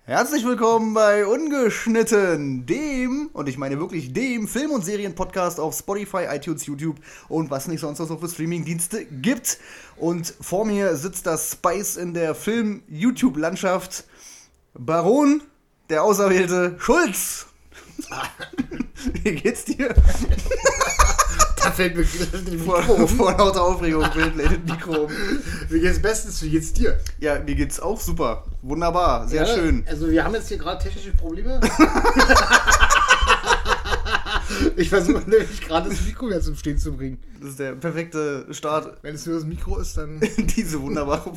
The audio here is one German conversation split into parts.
Herzlich willkommen bei Ungeschnitten, dem, und ich meine wirklich dem, Film- und Serien-Podcast auf Spotify, iTunes, YouTube und was nicht sonst noch so für Streaming-Dienste gibt. Und vor mir sitzt das Spice in der Film-YouTube-Landschaft, Baron, der Auserwählte, Schulz. Wie geht's dir? Da fällt mir das Mikro vor lauter Aufregung fällt das Mikro um. Mir geht's bestens, wie geht's dir? Ja, mir geht's auch super. Wunderbar, sehr schön. Also wir haben jetzt hier gerade technische Probleme. Ich versuche nämlich gerade das Mikro jetzt zum Stehen zu bringen. Das ist der perfekte Start. Wenn es nur das Mikro ist, dann... Diese wunderbare...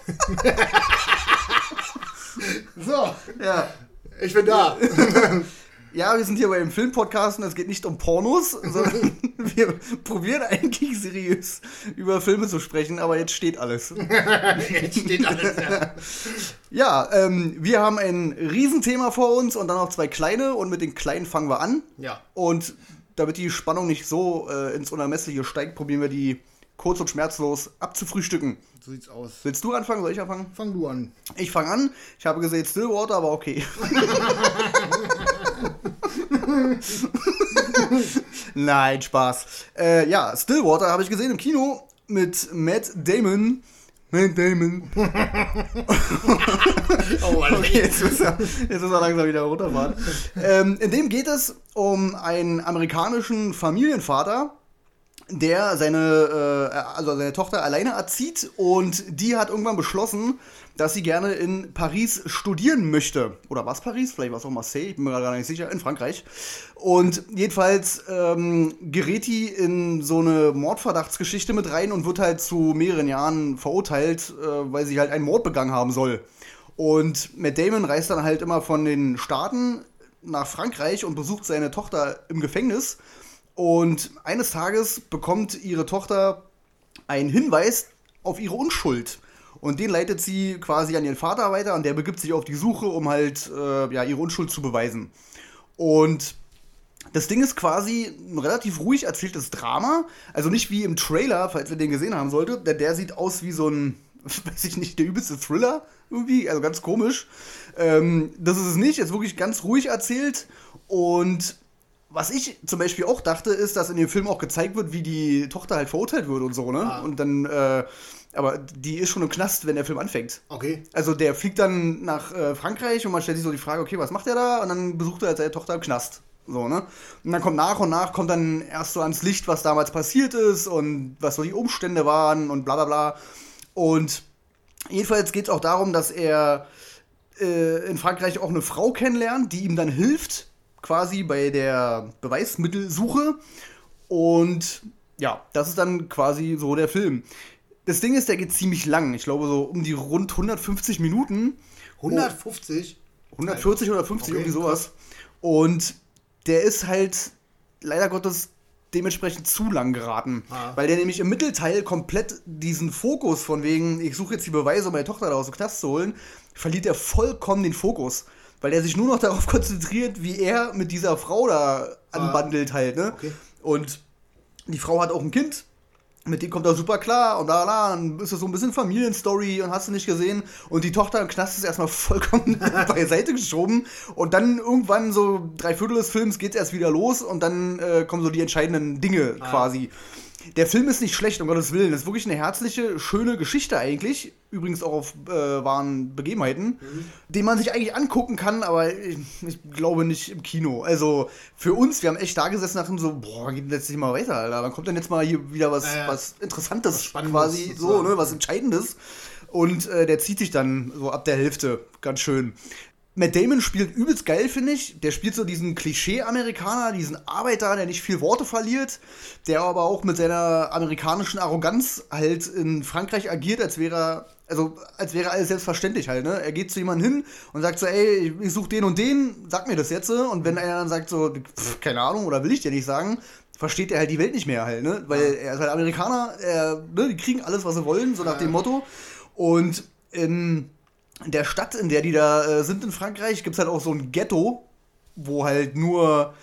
So, Ja. ich bin da. Ja, wir sind hier beim Filmpodcast und es geht nicht um Pornos, sondern wir probieren eigentlich seriös über Filme zu sprechen, aber jetzt steht alles. Jetzt steht alles, ja. Ja, wir haben ein Riesenthema vor uns und dann noch zwei kleine und mit den kleinen fangen wir an. Ja. Und damit die Spannung nicht so ins Unermessliche steigt, probieren wir die kurz und schmerzlos abzufrühstücken. So sieht's aus. Willst du anfangen? Soll ich anfangen? Fang du an. Ich fange an. Ich habe gesehen Stillwater, aber okay. Nein, Spaß. Ja, Stillwater habe ich gesehen im Kino mit Matt Damon. Matt Damon. Oh Mann. Okay, jetzt ist er langsam wieder runterfahren. In dem geht es um einen amerikanischen Familienvater, der seine Tochter alleine erzieht, und die hat irgendwann beschlossen, dass sie gerne in Paris studieren möchte. Oder was Paris? Vielleicht war es auch Marseille, ich bin mir gerade gar nicht sicher, in Frankreich. Und jedenfalls gerät die in so eine Mordverdachtsgeschichte mit rein und wird halt zu mehreren Jahren verurteilt, weil sie halt einen Mord begangen haben soll. Und Matt Damon reist dann halt immer von den Staaten nach Frankreich und besucht seine Tochter im Gefängnis. Und eines Tages bekommt ihre Tochter einen Hinweis auf ihre Unschuld. Und den leitet sie quasi an ihren Vater weiter und der begibt sich auf die Suche, um halt ihre Unschuld zu beweisen. Und das Ding ist quasi ein relativ ruhig erzähltes Drama. Also nicht wie im Trailer, falls ihr den gesehen haben solltet. Der sieht aus wie so ein, weiß ich nicht, der übelste Thriller irgendwie. Also ganz komisch. Das ist es nicht. Es ist wirklich ganz ruhig erzählt. Und was ich zum Beispiel auch dachte, ist, dass in dem Film auch gezeigt wird, wie die Tochter halt verurteilt wird und so, ne? Ah. Und dann, aber die ist schon im Knast, wenn der Film anfängt. Okay. Also der fliegt dann nach Frankreich und man stellt sich so die Frage, okay, was macht der da? Und dann besucht er halt seine Tochter im Knast. So, ne? Und dann kommt nach und nach, kommt dann erst so ans Licht, was damals passiert ist und was so die Umstände waren und bla bla bla. Und jedenfalls geht es auch darum, dass er in Frankreich auch eine Frau kennenlernt, die ihm dann hilft, quasi bei der Beweismittelsuche. Und ja, das ist dann quasi so der Film. Das Ding ist, der geht ziemlich lang. Ich glaube so um die rund 150 Minuten. 150? 140 oder 50, Okay, irgendwie sowas. Und der ist halt leider Gottes dementsprechend zu lang geraten. Ah. Weil der nämlich im Mittelteil komplett diesen Fokus von wegen, ich suche jetzt die Beweise, um meine Tochter da aus dem Knast zu holen, verliert er vollkommen den Fokus. Weil er sich nur noch darauf konzentriert, wie er mit dieser Frau da anbandelt halt, ne? Okay. Und die Frau hat auch ein Kind, mit dem kommt er super klar und dann ist das so ein bisschen Familienstory und hast du nicht gesehen. Und die Tochter im Knast ist erstmal vollkommen beiseite geschoben. Und dann irgendwann so 3/4 des Films geht es erst wieder los und dann kommen so die entscheidenden Dinge quasi. Der Film ist nicht schlecht, um Gottes Willen. Das ist wirklich eine herzliche, schöne Geschichte eigentlich. Übrigens auch auf wahren Begebenheiten, den man sich eigentlich angucken kann, aber ich glaube nicht im Kino. Also für uns, wir haben echt da gesessen und dachten so, boah, geht jetzt nicht mal weiter, Alter. Wann kommt denn jetzt mal hier wieder was Interessantes, was Spannendes quasi, so, sozusagen. ne, was Entscheidendes. Und der zieht sich dann so ab der Hälfte. Ganz schön. Matt Damon spielt übelst geil, finde ich. Der spielt so diesen Klischee-Amerikaner, diesen Arbeiter, der nicht viel Worte verliert, der aber auch mit seiner amerikanischen Arroganz halt in Frankreich agiert, als wäre alles selbstverständlich halt, ne? Er geht zu jemandem hin und sagt so, ey, ich suche den und den, sag mir das jetzt. Und wenn einer dann sagt so, keine Ahnung, oder will ich dir nicht sagen, versteht er halt die Welt nicht mehr halt, ne? Weil er ist halt Amerikaner, die kriegen alles, was sie wollen, so nach dem Motto. Und in der Stadt, in der die da sind in Frankreich, gibt es halt auch so ein Ghetto, wo halt nur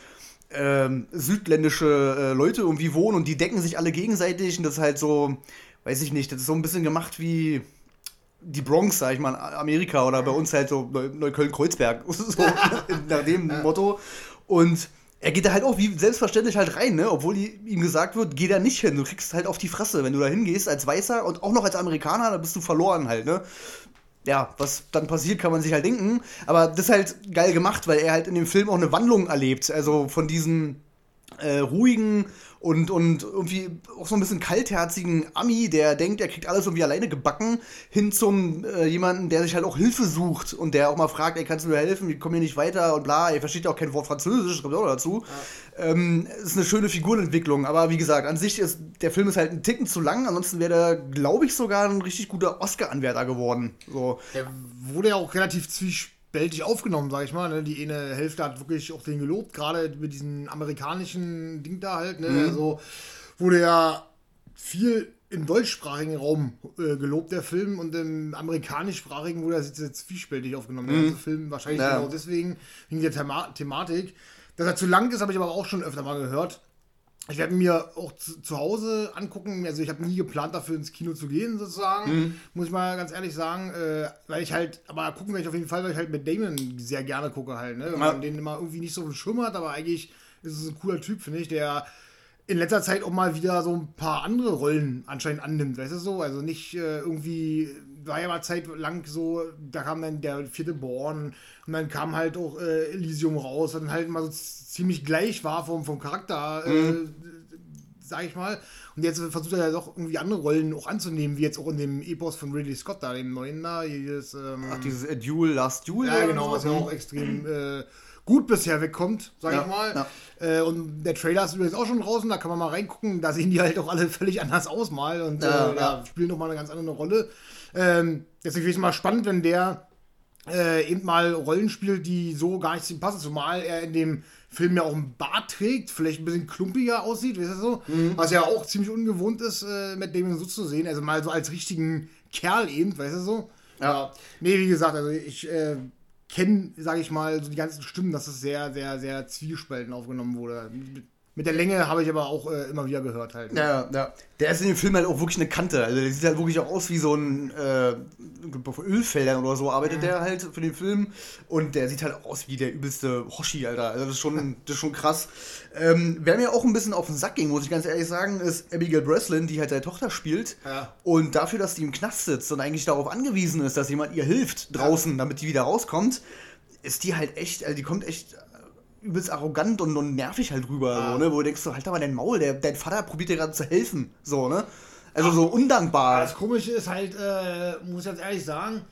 südländische Leute irgendwie wohnen und die decken sich alle gegenseitig und das ist halt so, weiß ich nicht, das ist so ein bisschen gemacht wie die Bronx, sag ich mal, in Amerika oder bei uns halt so Neukölln-Kreuzberg, so nach dem Motto. Und er geht da halt auch wie selbstverständlich halt rein, ne? Obwohl ihm gesagt wird, geh da nicht hin, du kriegst halt auf die Fresse. Wenn du da hingehst als Weißer und auch noch als Amerikaner, dann bist du verloren halt, ne? Ja, was dann passiert, kann man sich halt denken. Aber das ist halt geil gemacht, weil er halt in dem Film auch eine Wandlung erlebt. Also von diesem ruhigen und irgendwie auch so ein bisschen kaltherzigen Ami, der denkt, er kriegt alles irgendwie alleine gebacken, hin zum jemanden, der sich halt auch Hilfe sucht und der auch mal fragt, ey, kannst du mir helfen, ich komme hier nicht weiter und bla, er versteht ja auch kein Wort Französisch, das kommt auch noch dazu. Ja. Ist eine schöne Figurenentwicklung, aber wie gesagt, an sich ist der Film ist halt ein Ticken zu lang, ansonsten wäre der, glaube ich, sogar ein richtig guter Oscar-Anwärter geworden. So. Der wurde ja auch relativ zwiespältig aufgenommen, sag ich mal. Ne? Die eine Hälfte hat wirklich auch den gelobt, gerade mit diesem amerikanischen Ding da halt. Ne? Also wurde ja viel im deutschsprachigen Raum gelobt, der Film, und im amerikanischsprachigen wurde er jetzt zwiespältig aufgenommen. Der ganze Film wahrscheinlich genau deswegen, wegen der Thematik. Dass er zu lang ist, habe ich aber auch schon öfter mal gehört. Ich werde mir auch zu Hause angucken, also ich habe nie geplant, dafür ins Kino zu gehen, sozusagen, muss ich mal ganz ehrlich sagen, weil ich halt, aber gucken werde ich auf jeden Fall, weil ich halt mit Damon sehr gerne gucke halt, ne, wenn man den immer irgendwie nicht so auf dem Schirm hat, aber eigentlich ist es ein cooler Typ, finde ich, der in letzter Zeit auch mal wieder so ein paar andere Rollen anscheinend annimmt, weißt du so, also nicht irgendwie, war ja mal zeitlang so, da kam dann der 4. Born und dann kam halt auch Elysium raus und halt mal so ziemlich gleich war vom Charakter, sag ich mal. Und jetzt versucht er ja doch irgendwie andere Rollen auch anzunehmen, wie jetzt auch in dem Epos von Ridley Scott da, dem neuen da, dieses dieses Duel, Last Duel. Ja, genau, was ja auch extrem gut bisher wegkommt, sag ich mal. Ja. Und der Trailer ist übrigens auch schon draußen, da kann man mal reingucken, da sehen die halt auch alle völlig anders aus mal und spielen nochmal eine ganz andere Rolle. Deswegen finde ich es mal spannend, wenn der eben mal Rollen spielt, die so gar nicht zu ihm passen, zumal er in dem Film ja auch einen Bart trägt, vielleicht ein bisschen klumpiger aussieht, weißt du so? Was ja auch ziemlich ungewohnt ist, mit dem so zu sehen, also mal so als richtigen Kerl eben, weißt du so? Ja. Nee, wie gesagt, also ich kenne, sage ich mal, so die ganzen Stimmen, dass es sehr, sehr, sehr zwiespalten aufgenommen wurde. Mit der Länge habe ich aber auch immer wieder gehört halt. Ne? Ja. Der ist in dem Film halt auch wirklich eine Kante. Also der sieht halt wirklich auch aus wie so ein auf Ölfeldern oder so arbeitet der halt für den Film. Und der sieht halt auch aus wie der übelste Hoshi, Alter. Also das ist schon krass. Wer mir auch ein bisschen auf den Sack ging, muss ich ganz ehrlich sagen, ist Abigail Breslin, die halt seine Tochter spielt. Ja. Und dafür, dass die im Knast sitzt und eigentlich darauf angewiesen ist, dass jemand ihr hilft draußen, damit die wieder rauskommt, ist die halt echt, also die kommt echt übelst arrogant und nervig halt rüber, so, ne? Wo du denkst, so, halt aber dein Maul, dein Vater probiert dir gerade zu helfen, so, ne? Also so undankbar. Das Komische ist halt, muss ich ganz ehrlich sagen,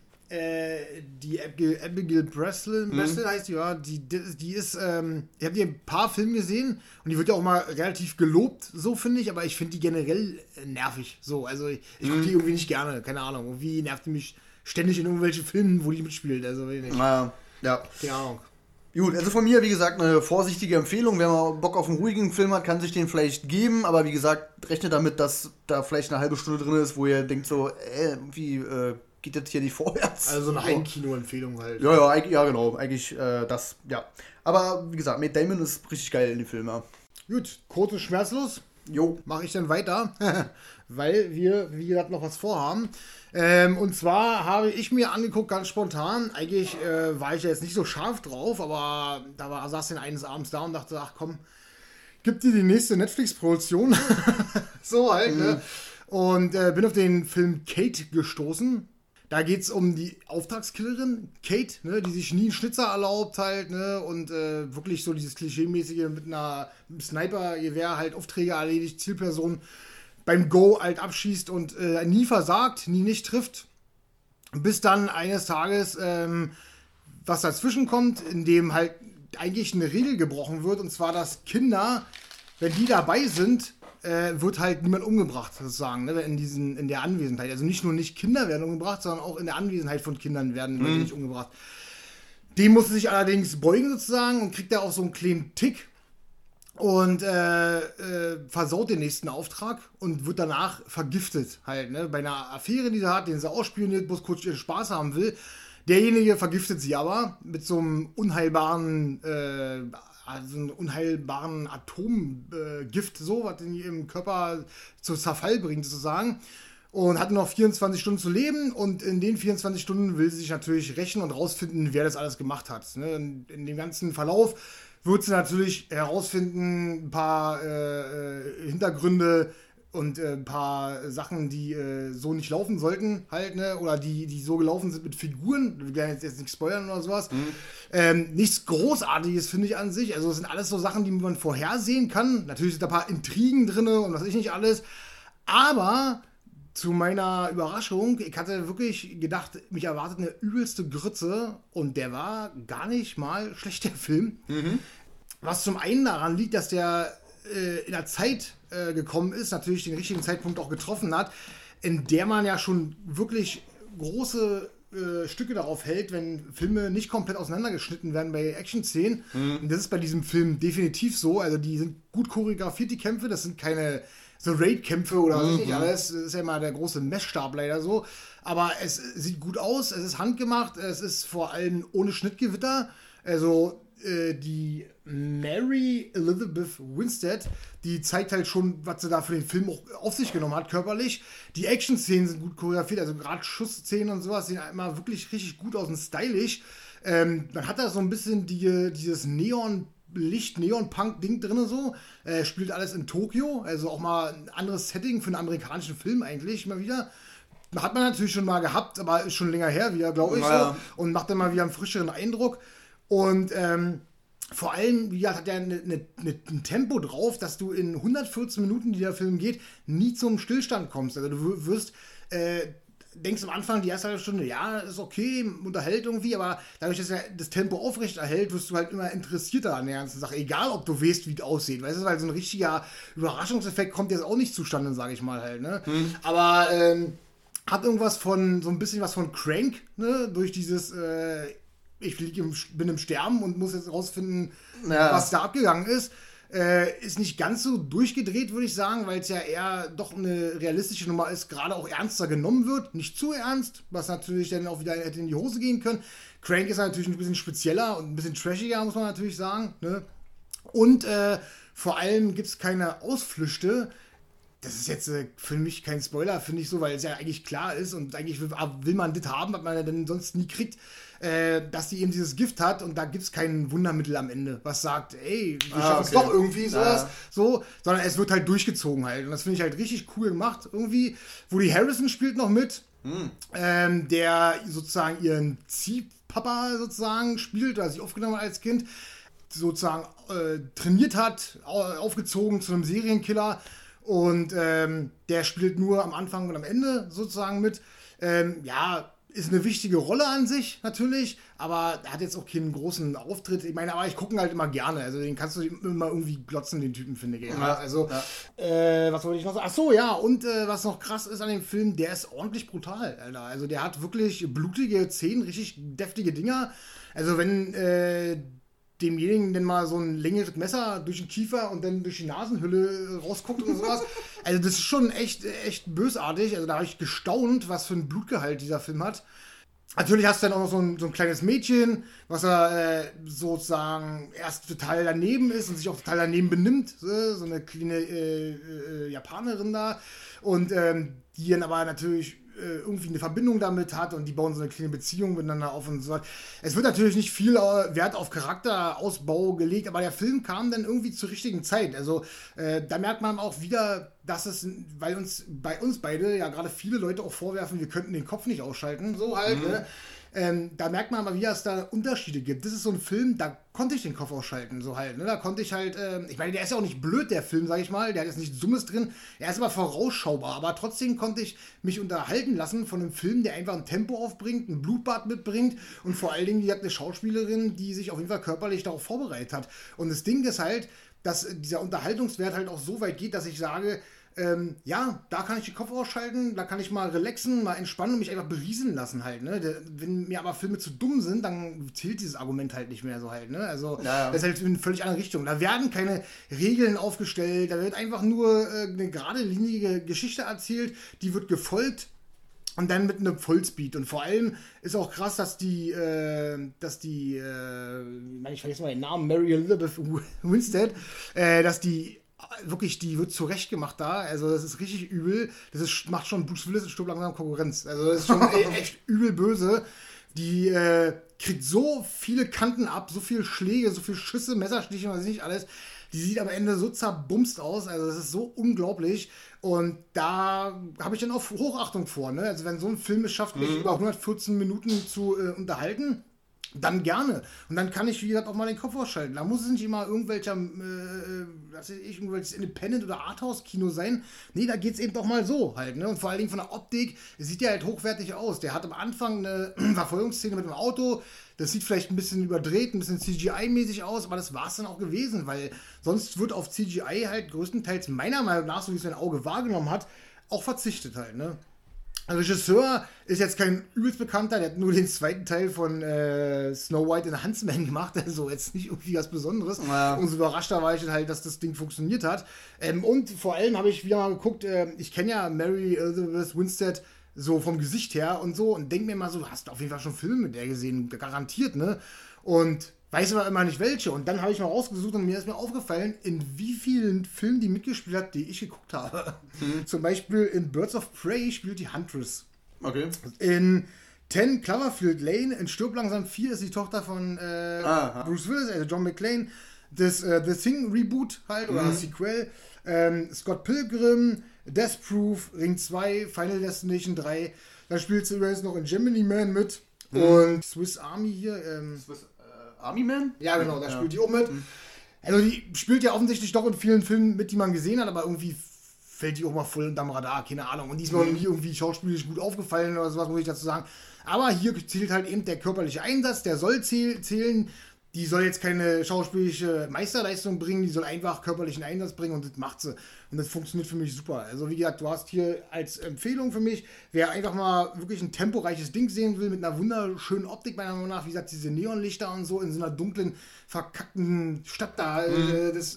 die Abigail Breslin heißt die, ja, die ist, ich habe die ein paar Filme gesehen und die wird ja auch mal relativ gelobt, so finde ich, aber ich finde die generell nervig, so, also ich gucke die irgendwie nicht gerne, keine Ahnung, irgendwie nervt die mich ständig in irgendwelchen Filmen, wo die mitspielt, also weiß ich nicht. Ja. Keine Ahnung. Gut, also von mir, wie gesagt, eine vorsichtige Empfehlung. Wer mal Bock auf einen ruhigen Film hat, kann sich den vielleicht geben. Aber wie gesagt, rechnet damit, dass da vielleicht eine halbe Stunde drin ist, wo ihr denkt so, irgendwie geht das hier nicht vorwärts. Also eine Heimkino-Empfehlung halt. Ja, genau. Eigentlich das, ja. Aber wie gesagt, Matt Damon ist richtig geil in dem Film, ja. Gut, kurz und schmerzlos. Jo. Mache ich dann weiter, weil wir, wie gesagt, noch was vorhaben. Und zwar habe ich mir angeguckt, ganz spontan, eigentlich war ich ja jetzt nicht so scharf drauf, aber saß ich eines Abends da und dachte, ach komm, gib dir die nächste Netflix-Produktion. So halt, ne? Und bin auf den Film Kate gestoßen. Da geht es um die Auftragskillerin, Kate, ne, die sich nie einen Schnitzer erlaubt halt, ne, und wirklich so dieses Klischee-mäßige mit einer Sniper-Gewehr halt Aufträge erledigt, Zielperson beim Go halt abschießt und nie versagt, nie nicht trifft, bis dann eines Tages was dazwischen kommt, in dem halt eigentlich eine Regel gebrochen wird, und zwar, dass Kinder, wenn die dabei sind, wird halt niemand umgebracht, sozusagen, ne, in der Anwesenheit. Also nicht nur nicht Kinder werden umgebracht, sondern auch in der Anwesenheit von Kindern werden Leute nicht umgebracht. Dem muss sich allerdings beugen, sozusagen, und kriegt da auch so einen kleinen Tick und versaut den nächsten Auftrag und wird danach vergiftet halt, ne, bei einer Affäre, die sie hat, den sie ausspioniert, bloß kurz ihren Spaß haben will. Derjenige vergiftet sie aber mit so einem unheilbaren Atomgift, so, was ihn im Körper zu Zerfall bringt, sozusagen. und hat noch 24 Stunden zu leben und in den 24 Stunden will sie sich natürlich rächen und rausfinden, wer das alles gemacht hat. Ne? In dem ganzen Verlauf wird sie natürlich herausfinden, ein paar Hintergründe und ein paar Sachen, die so nicht laufen sollten halt, ne? Oder die so gelaufen sind mit Figuren. Wir werden jetzt nicht spoilern oder sowas. Nichts Großartiges finde ich an sich. Also es sind alles so Sachen, die man vorhersehen kann. Natürlich sind da ein paar Intrigen drin und was weiß ich nicht alles. Aber zu meiner Überraschung, ich hatte wirklich gedacht, mich erwartet eine übelste Grütze und der war gar nicht mal schlecht, der Film. Was zum einen daran liegt, dass der in der Zeit gekommen ist, natürlich den richtigen Zeitpunkt auch getroffen hat, in der man ja schon wirklich große Stücke darauf hält, wenn Filme nicht komplett auseinandergeschnitten werden bei Action-Szenen. Und das ist bei diesem Film definitiv so. Also die sind gut choreografiert, die Kämpfe. Das sind keine so Raid-Kämpfe oder was weiß ich alles. Das ist ja immer der große Messstab leider so. Aber es sieht gut aus, es ist handgemacht, es ist vor allem ohne Schnittgewitter. Also die Mary Elizabeth Winstead, die zeigt halt schon, was sie da für den Film auch auf sich genommen hat, körperlich. Die Action-Szenen sind gut choreografiert, also gerade Schussszenen und sowas sehen immer wirklich richtig gut aus und stylisch. Man hat da so ein bisschen dieses Neon-Punk-Ding drin so. Spielt alles in Tokio, also auch mal ein anderes Setting für einen amerikanischen Film eigentlich mal wieder. Hat man natürlich schon mal gehabt, aber ist schon länger her wieder, glaube ich, so. Und macht dann mal wieder einen frischeren Eindruck. Und vor allem, wie gesagt, hat er ein Tempo drauf, dass du in 114 Minuten, die der Film geht, nie zum Stillstand kommst. Also du wirst, denkst am Anfang, die erste halbe Stunde, ja, ist okay, unterhält irgendwie, aber dadurch, dass er das Tempo aufrecht erhält, wirst du halt immer interessierter an der ganzen Sache. Egal, ob du weißt, wie es aussieht. Weißt du, weil so ein richtiger Überraschungseffekt kommt jetzt auch nicht zustande, sage ich mal halt. Ne? Aber hat irgendwas von, so ein bisschen was von Crank, ne? Durch dieses ich bin im Sterben und muss jetzt rausfinden, was da abgegangen ist. Ist nicht ganz so durchgedreht, würde ich sagen, weil es ja eher doch eine realistische Nummer ist, gerade auch ernster genommen wird. Nicht zu ernst, was natürlich dann auch wieder hätte in die Hose gehen können. Crank ist natürlich ein bisschen spezieller und ein bisschen trashiger, muss man natürlich sagen. Ne? Und vor allem gibt es keine Ausflüchte. Das ist jetzt für mich kein Spoiler, finde ich so, weil es ja eigentlich klar ist und eigentlich will man das haben, was man ja dann sonst nie kriegt, dass die eben dieses Gift hat und da gibt es kein Wundermittel am Ende, was sagt, ey, wir schaffen es doch irgendwie sowas, so, sondern es wird halt durchgezogen halt und das finde ich halt richtig cool gemacht irgendwie. Woody Harrelson spielt noch mit, der sozusagen ihren Ziehpapa sozusagen spielt, oder sich aufgenommen hat als Kind, sozusagen trainiert hat, aufgezogen zu einem Serienkiller. Und der spielt nur am Anfang und am Ende sozusagen mit. Ist eine wichtige Rolle an sich natürlich, aber er hat jetzt auch keinen großen Auftritt. Ich meine, aber ich gucke ihn halt immer gerne. Also den kannst du immer irgendwie glotzen, den Typen, finde ich. Ja. Also, was wollte ich noch sagen? Ach so, ja, und was noch krass ist an dem Film, der ist ordentlich brutal, Alter. Also der hat wirklich blutige Szenen, richtig deftige Dinger. Also wenn demjenigen dann mal so ein längeres Messer durch den Kiefer und dann durch die Nasenhülle rausguckt und sowas. Also das ist schon echt bösartig. Also da habe ich gestaunt, was für ein Blutgehalt dieser Film hat. Natürlich hast du dann auch noch so ein kleines Mädchen, was er sozusagen erst total daneben ist und sich auch total daneben benimmt. So eine kleine Japanerin da. Und die dann aber natürlich irgendwie eine Verbindung damit hat und die bauen so eine kleine Beziehung miteinander auf und so. Es wird natürlich nicht viel Wert auf Charakterausbau gelegt, aber der Film kam dann irgendwie zur richtigen Zeit. Also da merkt man auch wieder, dass es, weil bei uns beide ja gerade viele Leute auch vorwerfen, wir könnten den Kopf nicht ausschalten, so halt, ne? Da merkt man aber wieder, dass da Unterschiede gibt. Das ist so ein Film, da konnte ich den Kopf ausschalten, so halt. Ne? Da konnte ich halt, ich meine, der ist ja auch nicht blöd, der Film, sag ich mal. Der hat jetzt nichts Dummes drin. Er ist aber vorausschaubar. Aber trotzdem konnte ich mich unterhalten lassen von einem Film, der einfach ein Tempo aufbringt, ein Blutbad mitbringt und vor allen Dingen, die hat eine Schauspielerin, die sich auf jeden Fall körperlich darauf vorbereitet hat. Und das Ding ist halt, dass dieser Unterhaltungswert halt auch so weit geht, dass ich sage, da kann ich den Kopf ausschalten, da kann ich mal relaxen, mal entspannen und mich einfach berieseln lassen halt, ne? Wenn mir aber Filme zu dumm sind, dann zählt dieses Argument halt nicht mehr so halt, ne? Also, das ist halt in eine völlig andere Richtung. Da werden keine Regeln aufgestellt, da wird einfach nur eine geradlinige Geschichte erzählt, die wird gefolgt und dann mit einem Vollspeed. Und vor allem ist auch krass, dass ich vergesse mal den Namen, Mary Elizabeth Winstead, dass die wirklich, die wird zurechtgemacht da. Also das ist richtig übel. Macht schon Bruce Willis in Stirb langsam Konkurrenz. Also das ist schon echt übel böse. Die kriegt so viele Kanten ab, so viele Schläge, so viele Schüsse, Messerstiche, was weiß ich nicht alles. Die sieht am Ende so zerbumst aus. Also das ist so unglaublich. Und da habe ich dann auch Hochachtung vor. Ne? Also wenn so ein Film es schafft, mich über 114 Minuten zu unterhalten, dann gerne. Und dann kann ich, wie gesagt, auch mal den Kopf ausschalten. Da muss es nicht immer irgendwelches Independent- oder Arthouse-Kino sein. Nee, da geht es eben doch mal so halt. Ne? Und vor allen Dingen von der Optik, es sieht ja halt hochwertig aus. Der hat am Anfang eine Verfolgungsszene mit dem Auto. Das sieht vielleicht ein bisschen überdreht, ein bisschen CGI-mäßig aus, aber das war es dann auch gewesen, weil sonst wird auf CGI halt größtenteils meiner Meinung nach, so wie es mein Auge wahrgenommen hat, auch verzichtet halt, ne? Der Regisseur ist jetzt kein übelst bekannter, der hat nur den zweiten Teil von Snow White and the Huntsman gemacht, also jetzt nicht irgendwie was Besonderes. Ja. Umso überraschter war ich dann halt, dass das Ding funktioniert hat. Und vor allem habe ich wieder mal geguckt, ich kenne ja Mary Elizabeth Winstead so vom Gesicht her und so und denke mir mal so, du hast auf jeden Fall schon Filme mit der gesehen, garantiert, ne? Und weiß aber immer nicht welche. Und dann habe ich mal rausgesucht und mir ist mir aufgefallen, in wie vielen Filmen die mitgespielt hat, die ich geguckt habe. Zum Beispiel in Birds of Prey spielt die Huntress. Okay. In 10 Cloverfield Lane, in Stirb langsam 4 ist die Tochter von Bruce Willis, also John McClane. Das The Thing Reboot halt, oder Sequel. Scott Pilgrim, Death Proof, Ring 2, Final Destination 3. Da spielt sie übrigens noch in Gemini Man mit. Und Swiss Army hier. Swiss Army Man? Ja, genau, da spielt die auch mit. Also die spielt ja offensichtlich doch in vielen Filmen mit, die man gesehen hat, aber irgendwie fällt die auch mal voll unterm Radar, keine Ahnung. Und die ist mir noch nie irgendwie schauspielerisch gut aufgefallen oder sowas, muss ich dazu sagen. Aber hier zählt halt eben der körperliche Einsatz, der soll zählen. Die soll jetzt keine schauspielerische Meisterleistung bringen, die soll einfach körperlichen Einsatz bringen und das macht sie. Und das funktioniert für mich super. Also wie gesagt, du hast hier als Empfehlung für mich, wer einfach mal wirklich ein temporeiches Ding sehen will, mit einer wunderschönen Optik meiner Meinung nach, wie gesagt, diese Neonlichter und so in so einer dunklen, verkackten Stadt da, das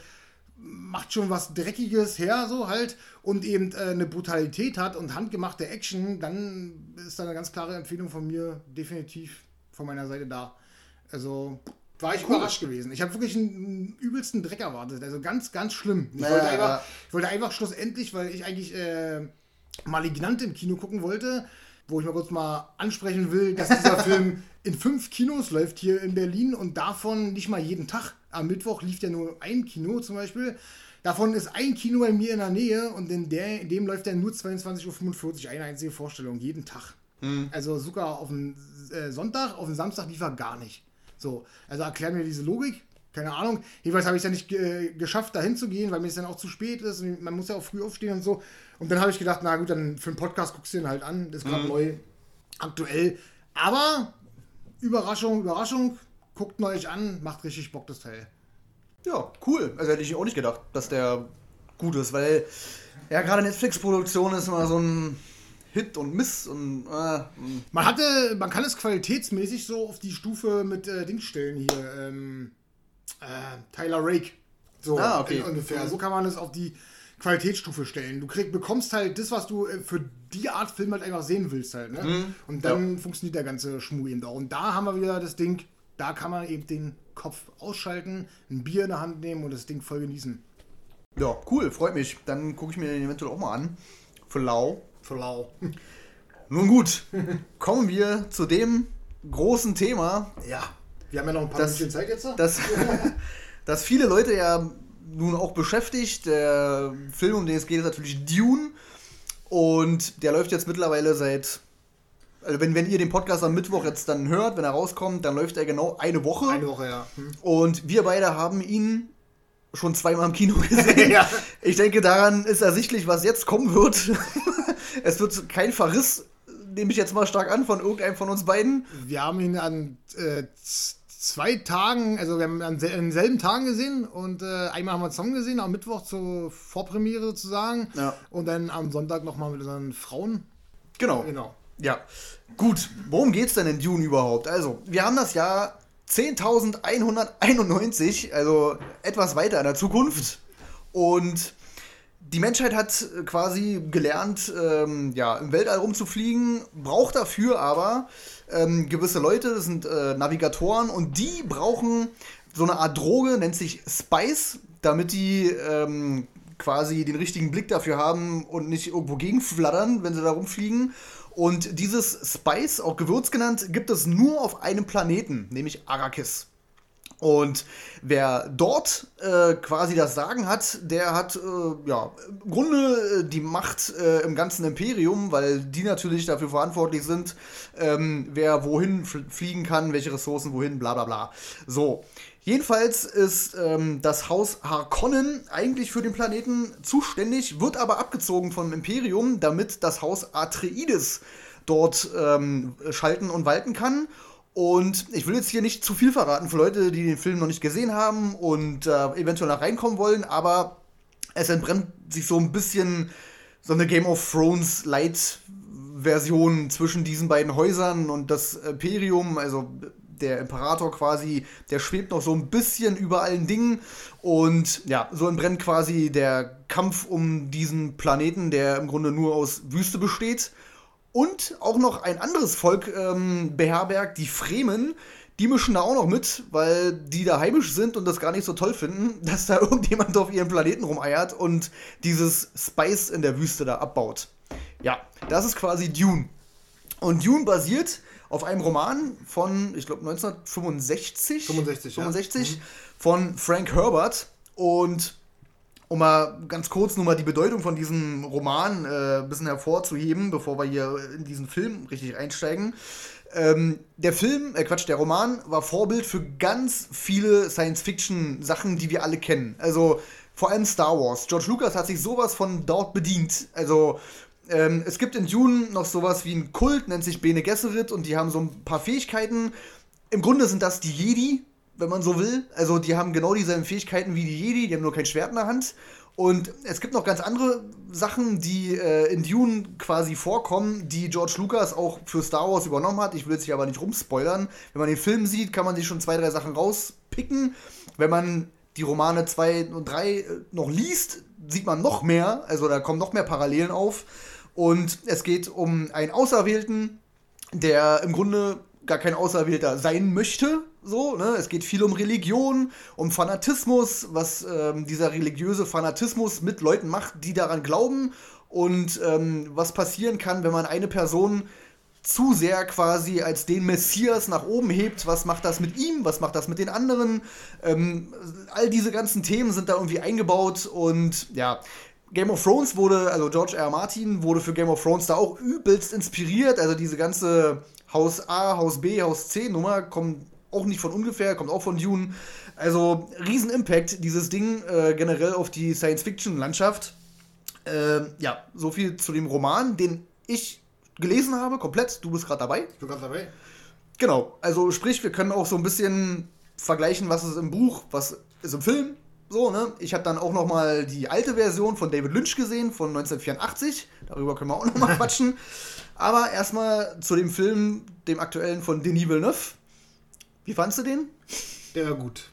macht schon was Dreckiges her, so halt, und eben eine Brutalität hat und handgemachte Action, dann ist da eine ganz klare Empfehlung von mir definitiv von meiner Seite da. Also war ich überrascht gewesen. Ich habe wirklich einen übelsten Dreck erwartet. Also ganz, ganz schlimm. Ich wollte einfach schlussendlich, weil ich eigentlich Malignant im Kino gucken wollte, wo ich mal kurz mal ansprechen will, dass dieser Film in 5 Kinos läuft hier in Berlin und davon nicht mal jeden Tag. Am Mittwoch lief ja nur ein Kino zum Beispiel. Davon ist ein Kino bei mir in der Nähe und in dem läuft er nur 22:45 Uhr, eine einzige Vorstellung, jeden Tag. Also sogar auf den Sonntag, auf den Samstag lief er gar nicht. So, also erklär mir diese Logik, keine Ahnung. Jedenfalls habe ich es ja nicht geschafft, da hinzugehen, weil mir es dann auch zu spät ist. Und man muss ja auch früh aufstehen und so. Und dann habe ich gedacht, na gut, dann für einen Podcast guckst du den halt an. Das ist gerade neu, aktuell. Aber Überraschung, Überraschung, guckt ihn euch an, macht richtig Bock, das Teil. Ja, cool. Also hätte ich auch nicht gedacht, dass der gut ist, weil ja gerade Netflix-Produktion ist immer so ein Hit und Miss und man kann es qualitätsmäßig so auf die Stufe mit Dings stellen hier, Tyler Rake. So okay. Ungefähr. So kann man es auf die Qualitätsstufe stellen. Du bekommst halt das, was du für die Art Film halt einfach sehen willst halt, ne? Und dann funktioniert der ganze Schmuh eben auch. Und da haben wir wieder das Ding, da kann man eben den Kopf ausschalten, ein Bier in der Hand nehmen und das Ding voll genießen. Ja, cool, freut mich. Dann gucke ich mir den eventuell auch mal an. Für lau. Nun gut, kommen wir zu dem großen Thema. Ja, wir haben ja noch ein paar Minuten Zeit jetzt. Das viele Leute ja nun auch beschäftigt. Der Film, um den es geht, ist natürlich Dune. Und der läuft jetzt mittlerweile seit... Also wenn ihr den Podcast am Mittwoch jetzt dann hört, wenn er rauskommt, dann läuft er genau eine Woche. Eine Woche, ja. Und wir beide haben ihn schon 2-mal im Kino gesehen. Ja. Ich denke, daran ist ersichtlich, was jetzt kommen wird. Es wird kein Verriss, nehme ich jetzt mal stark an, von irgendeinem von uns beiden. Wir haben ihn an 2 Tagen, also wir haben ihn an denselben Tagen gesehen und einmal haben wir zusammen gesehen, am Mittwoch zur Vorpremiere sozusagen. Ja. Und dann am Sonntag nochmal mit unseren Frauen. Genau. Ja. Gut, worum geht's denn in Dune überhaupt? Also, wir haben das Jahr 10.191, also etwas weiter in der Zukunft. Und die Menschheit hat quasi gelernt, im Weltall rumzufliegen, braucht dafür aber gewisse Leute, das sind Navigatoren, und die brauchen so eine Art Droge, nennt sich Spice. damit die quasi den richtigen Blick dafür haben und nicht irgendwo gegenflattern, wenn sie da rumfliegen. Und dieses Spice, auch Gewürz genannt, gibt es nur auf einem Planeten, nämlich Arrakis. Und wer dort quasi das Sagen hat, der hat im Grunde die Macht im ganzen Imperium, weil die natürlich dafür verantwortlich sind, wer wohin fliegen kann, welche Ressourcen wohin, bla bla bla. So, jedenfalls ist das Haus Harkonnen eigentlich für den Planeten zuständig, wird aber abgezogen vom Imperium, damit das Haus Atreides dort schalten und walten kann. Und ich will jetzt hier nicht zu viel verraten für Leute, die den Film noch nicht gesehen haben und eventuell noch reinkommen wollen, aber es entbrennt sich so ein bisschen so eine Game of Thrones Light-Version zwischen diesen beiden Häusern und das Imperium, also der Imperator quasi, der schwebt noch so ein bisschen über allen Dingen und ja, so entbrennt quasi der Kampf um diesen Planeten, der im Grunde nur aus Wüste besteht. Und auch noch ein anderes Volk beherbergt, die Fremen. Die mischen da auch noch mit, weil die da heimisch sind und das gar nicht so toll finden, dass da irgendjemand auf ihrem Planeten rumeiert und dieses Spice in der Wüste da abbaut. Ja, das ist quasi Dune. Und Dune basiert auf einem Roman von, ich glaube, 1965. 65 von Frank Herbert. Und um mal ganz kurz nur mal die Bedeutung von diesem Roman ein bisschen hervorzuheben, bevor wir hier in diesen Film richtig einsteigen. Der Roman war Vorbild für ganz viele Science-Fiction-Sachen, die wir alle kennen. Also vor allem Star Wars. George Lucas hat sich sowas von dort bedient. Also es gibt in Dune noch sowas wie einen Kult, nennt sich Bene Gesserit und die haben so ein paar Fähigkeiten. Im Grunde sind das die Jedi, wenn man so will. Also die haben genau dieselben Fähigkeiten wie die Jedi, die haben nur kein Schwert in der Hand. Und es gibt noch ganz andere Sachen, die in Dune quasi vorkommen, die George Lucas auch für Star Wars übernommen hat. Ich will es hier aber nicht rumspoilern. Wenn man den Film sieht, kann man sich schon 2, 3 Sachen rauspicken. Wenn man die Romane 2 und 3 noch liest, sieht man noch mehr. Also da kommen noch mehr Parallelen auf. Und es geht um einen Auserwählten, der im Grunde gar kein Auserwählter sein möchte. So, ne? Es geht viel um Religion, um Fanatismus, was dieser religiöse Fanatismus mit Leuten macht, die daran glauben und was passieren kann, wenn man eine Person zu sehr quasi als den Messias nach oben hebt. Was macht das mit ihm? Was macht das mit den anderen? All diese ganzen Themen sind da irgendwie eingebaut und ja, Game of Thrones also George R. Martin wurde für Game of Thrones da auch übelst inspiriert. Also diese ganze Haus A, Haus B, Haus C Nummer kommt auch nicht von ungefähr, kommt auch von Dune. Also riesen Impact, dieses Ding generell auf die Science-Fiction-Landschaft. Ja, so viel zu dem Roman, den ich gelesen habe, komplett. Du bist gerade dabei. Ich bin gerade dabei. Genau, also sprich, wir können auch so ein bisschen vergleichen, was ist im Buch, was ist im Film. So, ne? Ich habe dann auch noch mal die alte Version von David Lynch gesehen, von 1984. Darüber können wir auch noch mal quatschen. Aber erstmal zu dem Film, dem aktuellen von Denis Villeneuve. Wie fandst du den? Der war gut.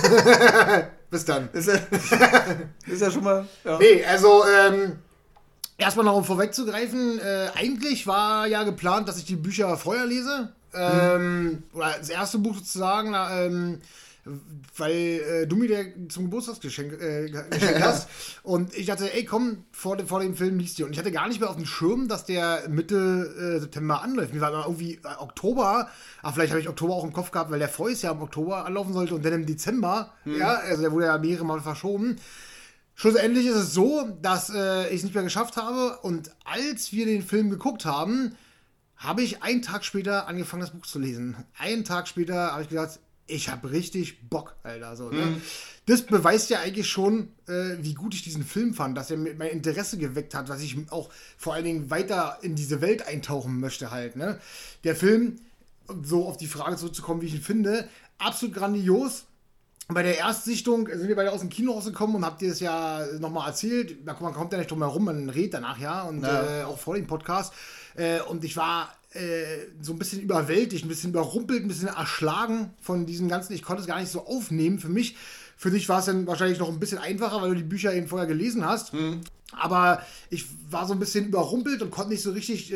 Bis dann. Ist ja schon mal... Ja. Nee, also erstmal noch um vorwegzugreifen, eigentlich war ja geplant, dass ich die Bücher vorher lese. Oder das erste Buch sozusagen, weil du mir zum Geburtstagsgeschenk hast. Und ich dachte, ey komm, vor dem Film liest du. Und ich hatte gar nicht mehr auf dem Schirm, dass der Mitte September anläuft. Mir war immer irgendwie Oktober, vielleicht habe ich Oktober auch im Kopf gehabt, weil der vorher ja im Oktober anlaufen sollte und dann im Dezember. Ja, also der wurde ja mehrere Mal verschoben. Schlussendlich ist es so, dass ich es nicht mehr geschafft habe. Und als wir den Film geguckt haben, habe ich einen Tag später angefangen, das Buch zu lesen. Einen Tag später habe ich gedacht, ich habe richtig Bock, Alter. So, ne? Das beweist ja eigentlich schon, wie gut ich diesen Film fand, dass er mein Interesse geweckt hat, dass ich auch vor allen Dingen weiter in diese Welt eintauchen möchte halt. Ne? Der Film, so auf die Frage zurückzukommen, wie ich ihn finde, absolut grandios. Bei der Erstsichtung sind wir beide aus dem Kino rausgekommen und habt ihr es ja nochmal erzählt. Man kommt ja nicht drum herum, man redet danach ja und auch vor dem Podcast. Und ich war so ein bisschen überwältigt, ein bisschen überrumpelt, ein bisschen erschlagen von diesem Ganzen. Ich konnte es gar nicht so aufnehmen für mich. Für dich war es dann wahrscheinlich noch ein bisschen einfacher, weil du die Bücher eben vorher gelesen hast. Aber ich war so ein bisschen überrumpelt und konnte nicht so richtig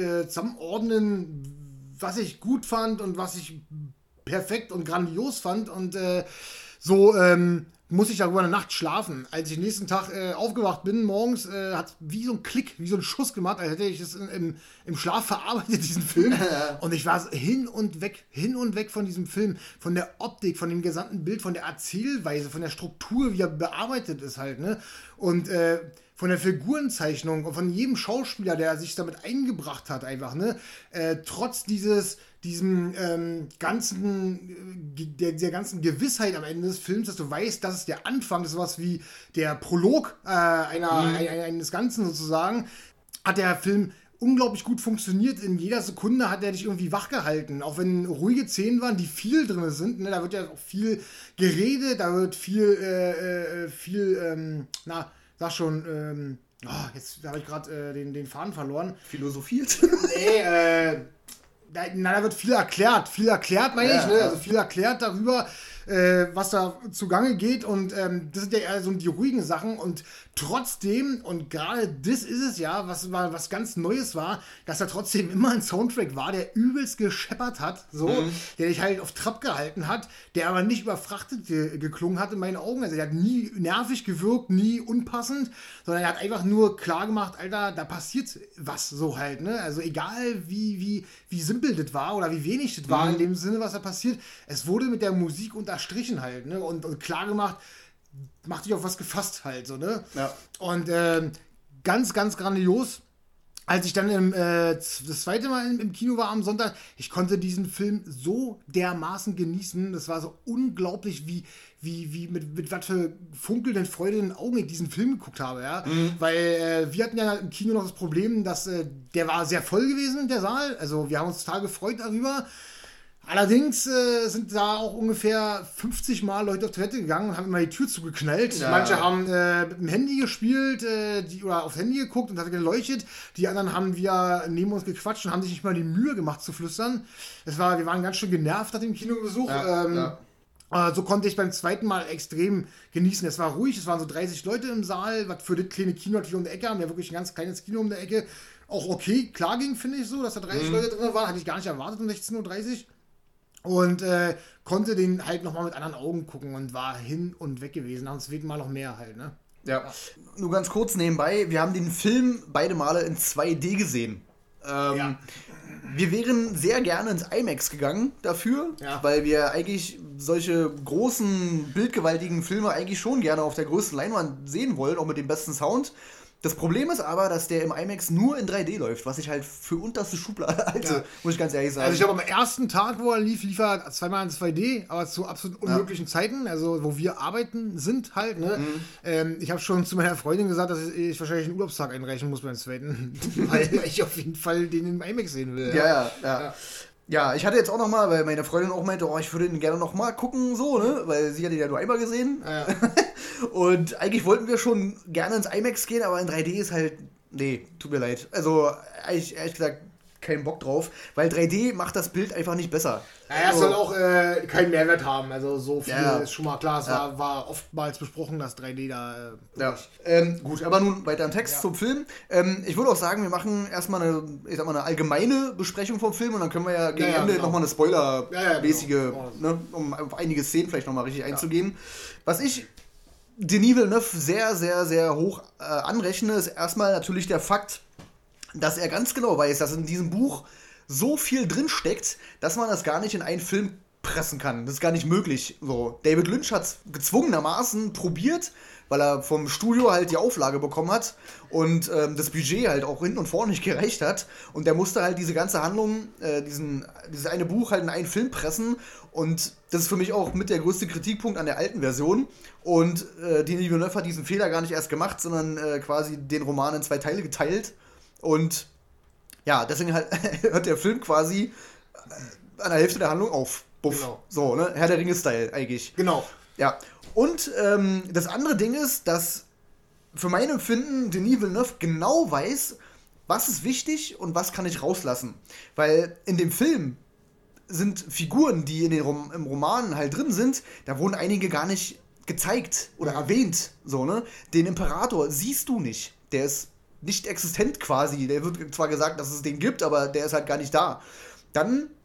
zusammenordnen, was ich gut fand und was ich perfekt und grandios fand. Und So, muss ich darüber eine Nacht schlafen. Als ich nächsten Tag aufgewacht bin, morgens, hat wie so ein Klick, wie so ein Schuss gemacht, als hätte ich es im Schlaf verarbeitet, diesen Film. Und ich war so hin und weg von diesem Film, von der Optik, von dem gesamten Bild, von der Erzählweise, von der Struktur, wie er bearbeitet ist halt, ne? Und von der Figurenzeichnung und von jedem Schauspieler, der sich damit eingebracht hat, einfach, ne? Trotz diesem der ganzen Gewissheit am Ende des Films, dass du weißt, das ist der Anfang, das ist sowas wie der Prolog eines Ganzen sozusagen, hat der Film unglaublich gut funktioniert. In jeder Sekunde hat er dich irgendwie wach gehalten, auch wenn ruhige Szenen waren, die viel drin sind, ne? Da wird ja auch viel geredet, da wird viel jetzt habe ich gerade den Faden verloren. Philosophiert? Nee, da wird viel erklärt, meine ich, ne? Also viel erklärt darüber, was da zugange geht und das sind ja eher so die ruhigen Sachen und trotzdem, und gerade das ist es ja, was ganz Neues war, dass da trotzdem immer ein Soundtrack war, der übelst gescheppert hat, der dich halt auf Trab gehalten hat, der aber nicht überfrachtet geklungen hat in meinen Augen, also der hat nie nervig gewirkt, nie unpassend, sondern er hat einfach nur klar gemacht, Alter, da passiert was so halt, ne? Also egal wie simpel das war oder wie wenig das war in dem Sinne, was da passiert, es wurde mit der Musik unterstrichen halt, ne? Und klar gemacht, macht dich auf was gefasst halt, so, ne? Ja. Und ganz, ganz grandios. Als ich dann das zweite Mal im Kino war am Sonntag, ich konnte diesen Film so dermaßen genießen. Das war so unglaublich, wie mit was für funkelnden, freudigen Augen ich diesen Film geguckt habe, ja. Weil wir hatten ja im Kino noch das Problem, dass der war sehr voll gewesen, der Saal. Also wir haben uns total gefreut darüber. Allerdings sind da auch ungefähr 50 Mal Leute auf Toilette gegangen und haben immer die Tür zugeknallt. Ja. Manche haben mit dem Handy gespielt oder aufs Handy geguckt und hat geleuchtet. Die anderen haben wir neben uns gequatscht und haben sich nicht mal die Mühe gemacht zu flüstern. Wir waren ganz schön genervt nach dem Kinobesuch. So konnte ich beim zweiten Mal extrem genießen. Es war ruhig, es waren so 30 Leute im Saal, was für das kleine Kino natürlich um die Ecke haben. Wir haben wirklich ein ganz kleines Kino um die Ecke. Auch okay, klar ging, finde ich so, dass da 30 Leute drin waren. Hatte ich gar nicht erwartet um 16.30 Uhr. Und konnte den halt nochmal mit anderen Augen gucken und war hin und weg gewesen. Nach dem zweiten Mal noch mehr halt, ne? Ja. Nur ganz kurz nebenbei, wir haben den Film beide Male in 2D gesehen. Wir wären sehr gerne ins IMAX gegangen dafür, weil wir eigentlich solche großen, bildgewaltigen Filme eigentlich schon gerne auf der größten Leinwand sehen wollen, auch mit dem besten Sound. Das Problem ist aber, dass der im IMAX nur in 3D läuft, was ich halt für unterste Schublade halte, muss ich ganz ehrlich sagen. Also ich glaube, am ersten Tag, wo er lief er zweimal in 2D, aber zu absolut unmöglichen Zeiten, also wo wir arbeiten sind halt, ne? Ich habe schon zu meiner Freundin gesagt, dass ich wahrscheinlich einen Urlaubstag einreichen muss beim zweiten, weil ich auf jeden Fall den im IMAX sehen will. Ja, ich hatte jetzt auch noch mal, weil meine Freundin auch meinte, ich würde ihn gerne noch mal gucken, so, ne? Weil sie hat ihn ja nur einmal gesehen. Ja. Und eigentlich wollten wir schon gerne ins IMAX gehen, aber in 3D ist halt, nee, tut mir leid. Also, ehrlich gesagt, keinen Bock drauf, weil 3D macht das Bild einfach nicht besser. Ja, es soll auch keinen Mehrwert haben, also so viel ist schon mal klar. Es war oftmals besprochen, dass 3D da... gut, aber nun weiter im Text zum Film. Ich würde auch sagen, wir machen erstmal eine allgemeine Besprechung vom Film und dann können wir ja gegen Ende nochmal eine Spoiler-mäßige, ne, um auf einige Szenen vielleicht nochmal richtig einzugehen. Was ich Denis Villeneuve sehr, sehr, sehr hoch anrechne, ist erstmal natürlich der Fakt, dass er ganz genau weiß, dass in diesem Buch so viel drinsteckt, dass man das gar nicht in einen Film pressen kann. Das ist gar nicht möglich. So. David Lynch hat es gezwungenermaßen probiert, weil er vom Studio halt die Auflage bekommen hat und das Budget halt auch hinten und vorne nicht gereicht hat. Und der musste halt diese ganze Handlung, dieses eine Buch halt in einen Film pressen. Und das ist für mich auch mit der größte Kritikpunkt an der alten Version. Und Denis Villeneuve hat diesen Fehler gar nicht erst gemacht, sondern quasi den Roman in 2 Teile geteilt. Und ja, deswegen halt hört der Film quasi an der Hälfte der Handlung auf. Buff. Genau. So, ne? Herr der Ringe-Style eigentlich. Genau. Ja. Und das andere Ding ist, dass für mein Empfinden Denis Villeneuve genau weiß, was ist wichtig und was kann ich rauslassen. Weil in dem Film sind Figuren, die im Roman halt drin sind, da wurden einige gar nicht gezeigt oder erwähnt. So, ne? Den Imperator siehst du nicht. Der ist nicht existent quasi. Der wird zwar gesagt, dass es den gibt, aber der ist halt gar nicht da. Dann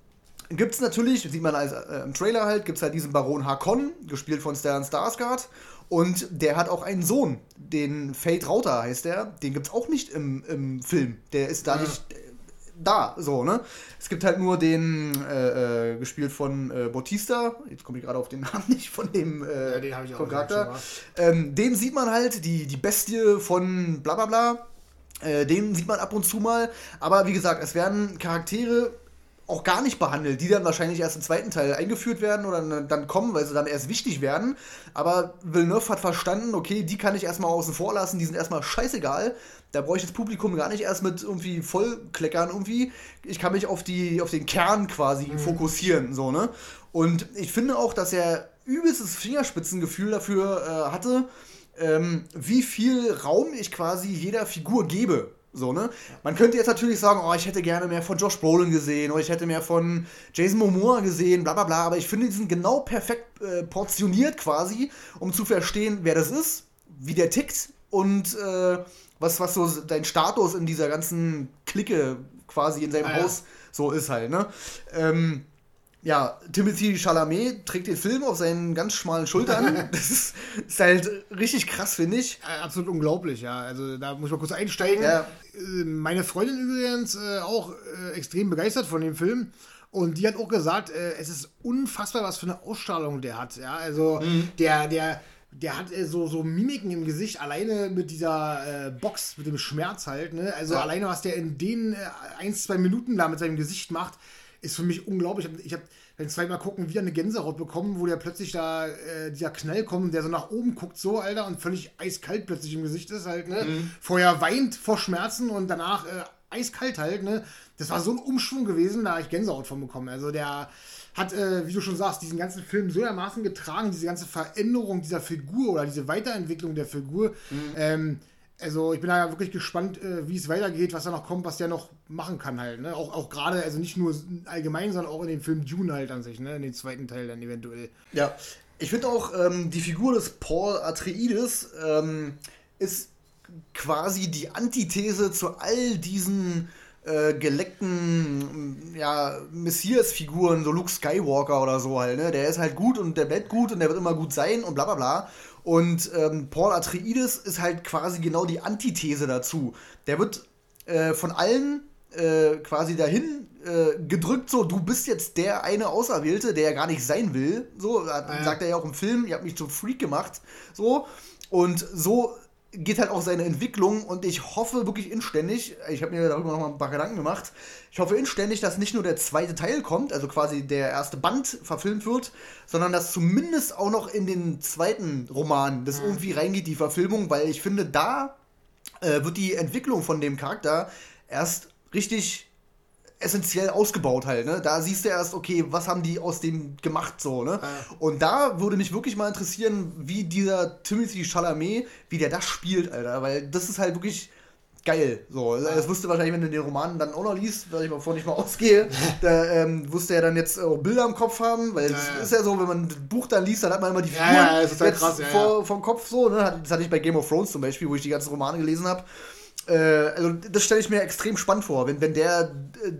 gibt's natürlich, sieht man im Trailer halt, gibt's halt diesen Baron Harkonnen, gespielt von Stellan Skarsgård. Und der hat auch einen Sohn, den Fate Rauter heißt der. Den gibt's auch nicht im Film. Der ist da nicht da, so, ne? Es gibt halt nur den, gespielt von Bautista. Jetzt komme ich gerade auf den Namen nicht von dem den habe ich auch Charakter. Den sieht man halt, die Bestie von bla bla bla. Den sieht man ab und zu mal. Aber wie gesagt, es werden Charaktere auch gar nicht behandelt, die dann wahrscheinlich erst im zweiten Teil eingeführt werden oder dann kommen, weil sie dann erst wichtig werden. Aber Villeneuve hat verstanden, okay, die kann ich erstmal außen vor lassen, die sind erstmal scheißegal. Da brauche ich das Publikum gar nicht erst mit irgendwie vollkleckern irgendwie. Ich kann mich auf den Kern quasi fokussieren, so, ne? Und ich finde auch, dass er übelstes Fingerspitzengefühl dafür hatte, wie viel Raum ich quasi jeder Figur gebe. So, ne? Man könnte jetzt natürlich sagen, oh, ich hätte gerne mehr von Josh Brolin gesehen oder ich hätte mehr von Jason Momoa gesehen, bla bla bla, aber ich finde, die sind genau perfekt portioniert quasi, um zu verstehen, wer das ist, wie der tickt und was so dein Status in dieser ganzen Clique quasi in seinem Haus so ist halt, ne? Ja, Timothée Chalamet trägt den Film auf seinen ganz schmalen Schultern. Das ist halt richtig krass, finde ich. Absolut unglaublich, ja. Also da muss ich mal kurz einsteigen. Ja. Meine Freundin übrigens auch extrem begeistert von dem Film. Und die hat auch gesagt, es ist unfassbar, was für eine Ausstrahlung der hat. Ja, also der hat so Mimiken im Gesicht, alleine mit dieser Box, mit dem Schmerz halt. Ne? Also alleine, was der in den 1-2 Minuten da mit seinem Gesicht macht, ist für mich unglaublich. Ich hab beim zweiten Mal gucken, wieder eine Gänsehaut bekommen, wo der plötzlich da, dieser Knall kommt, der so nach oben guckt, so, Alter, und völlig eiskalt plötzlich im Gesicht ist halt, ne? Vorher weint vor Schmerzen und danach eiskalt halt, ne? Das war so ein Umschwung gewesen, da habe ich Gänsehaut von bekommen. Also der hat, wie du schon sagst, diesen ganzen Film so dermaßen getragen, diese ganze Veränderung dieser Figur oder diese Weiterentwicklung der Figur, also ich bin da ja wirklich gespannt, wie es weitergeht, was da noch kommt, was der noch machen kann halt, ne? Auch gerade, also nicht nur allgemein, sondern auch in dem Film Dune halt an sich, ne? In den zweiten Teil dann eventuell. Ja, ich finde auch, die Figur des Paul Atreides ist quasi die Antithese zu all diesen geleckten Messias-Figuren, so Luke Skywalker oder so halt, ne? Der ist halt gut und der bleibt gut und der wird immer gut sein und bla bla bla. Und Paul Atreides ist halt quasi genau die Antithese dazu. Der wird von allen quasi dahin gedrückt, so, du bist jetzt der eine Auserwählte, der ja gar nicht sein will. So, sagt er ja auch im Film, ihr habt mich zum Freak gemacht. So, und so geht halt auch seine Entwicklung und ich hoffe wirklich inständig, ich habe mir darüber noch mal ein paar Gedanken gemacht, ich hoffe inständig, dass nicht nur der zweite Teil kommt, also quasi der erste Band verfilmt wird, sondern dass zumindest auch noch in den zweiten Roman das irgendwie reingeht, die Verfilmung, weil ich finde, da wird die Entwicklung von dem Charakter erst richtig essentiell ausgebaut halt, ne? Da siehst du erst, okay, was haben die aus dem gemacht, so, ne? Und da würde mich wirklich mal interessieren, wie dieser Timothée Chalamet, wie der das spielt, Alter, weil das ist halt wirklich geil, so. Das wusste wahrscheinlich, wenn du den Roman dann auch noch liest, weil ich mal nicht mal ausgehe, da wusste er dann jetzt auch Bilder im Kopf haben, weil das ist ja so, wenn man das Buch dann liest, dann hat man immer die Figuren das ist halt krass, vom Kopf so, ne? Das hatte ich bei Game of Thrones zum Beispiel, wo ich die ganzen Romane gelesen habe. Also das stelle ich mir extrem spannend vor, wenn der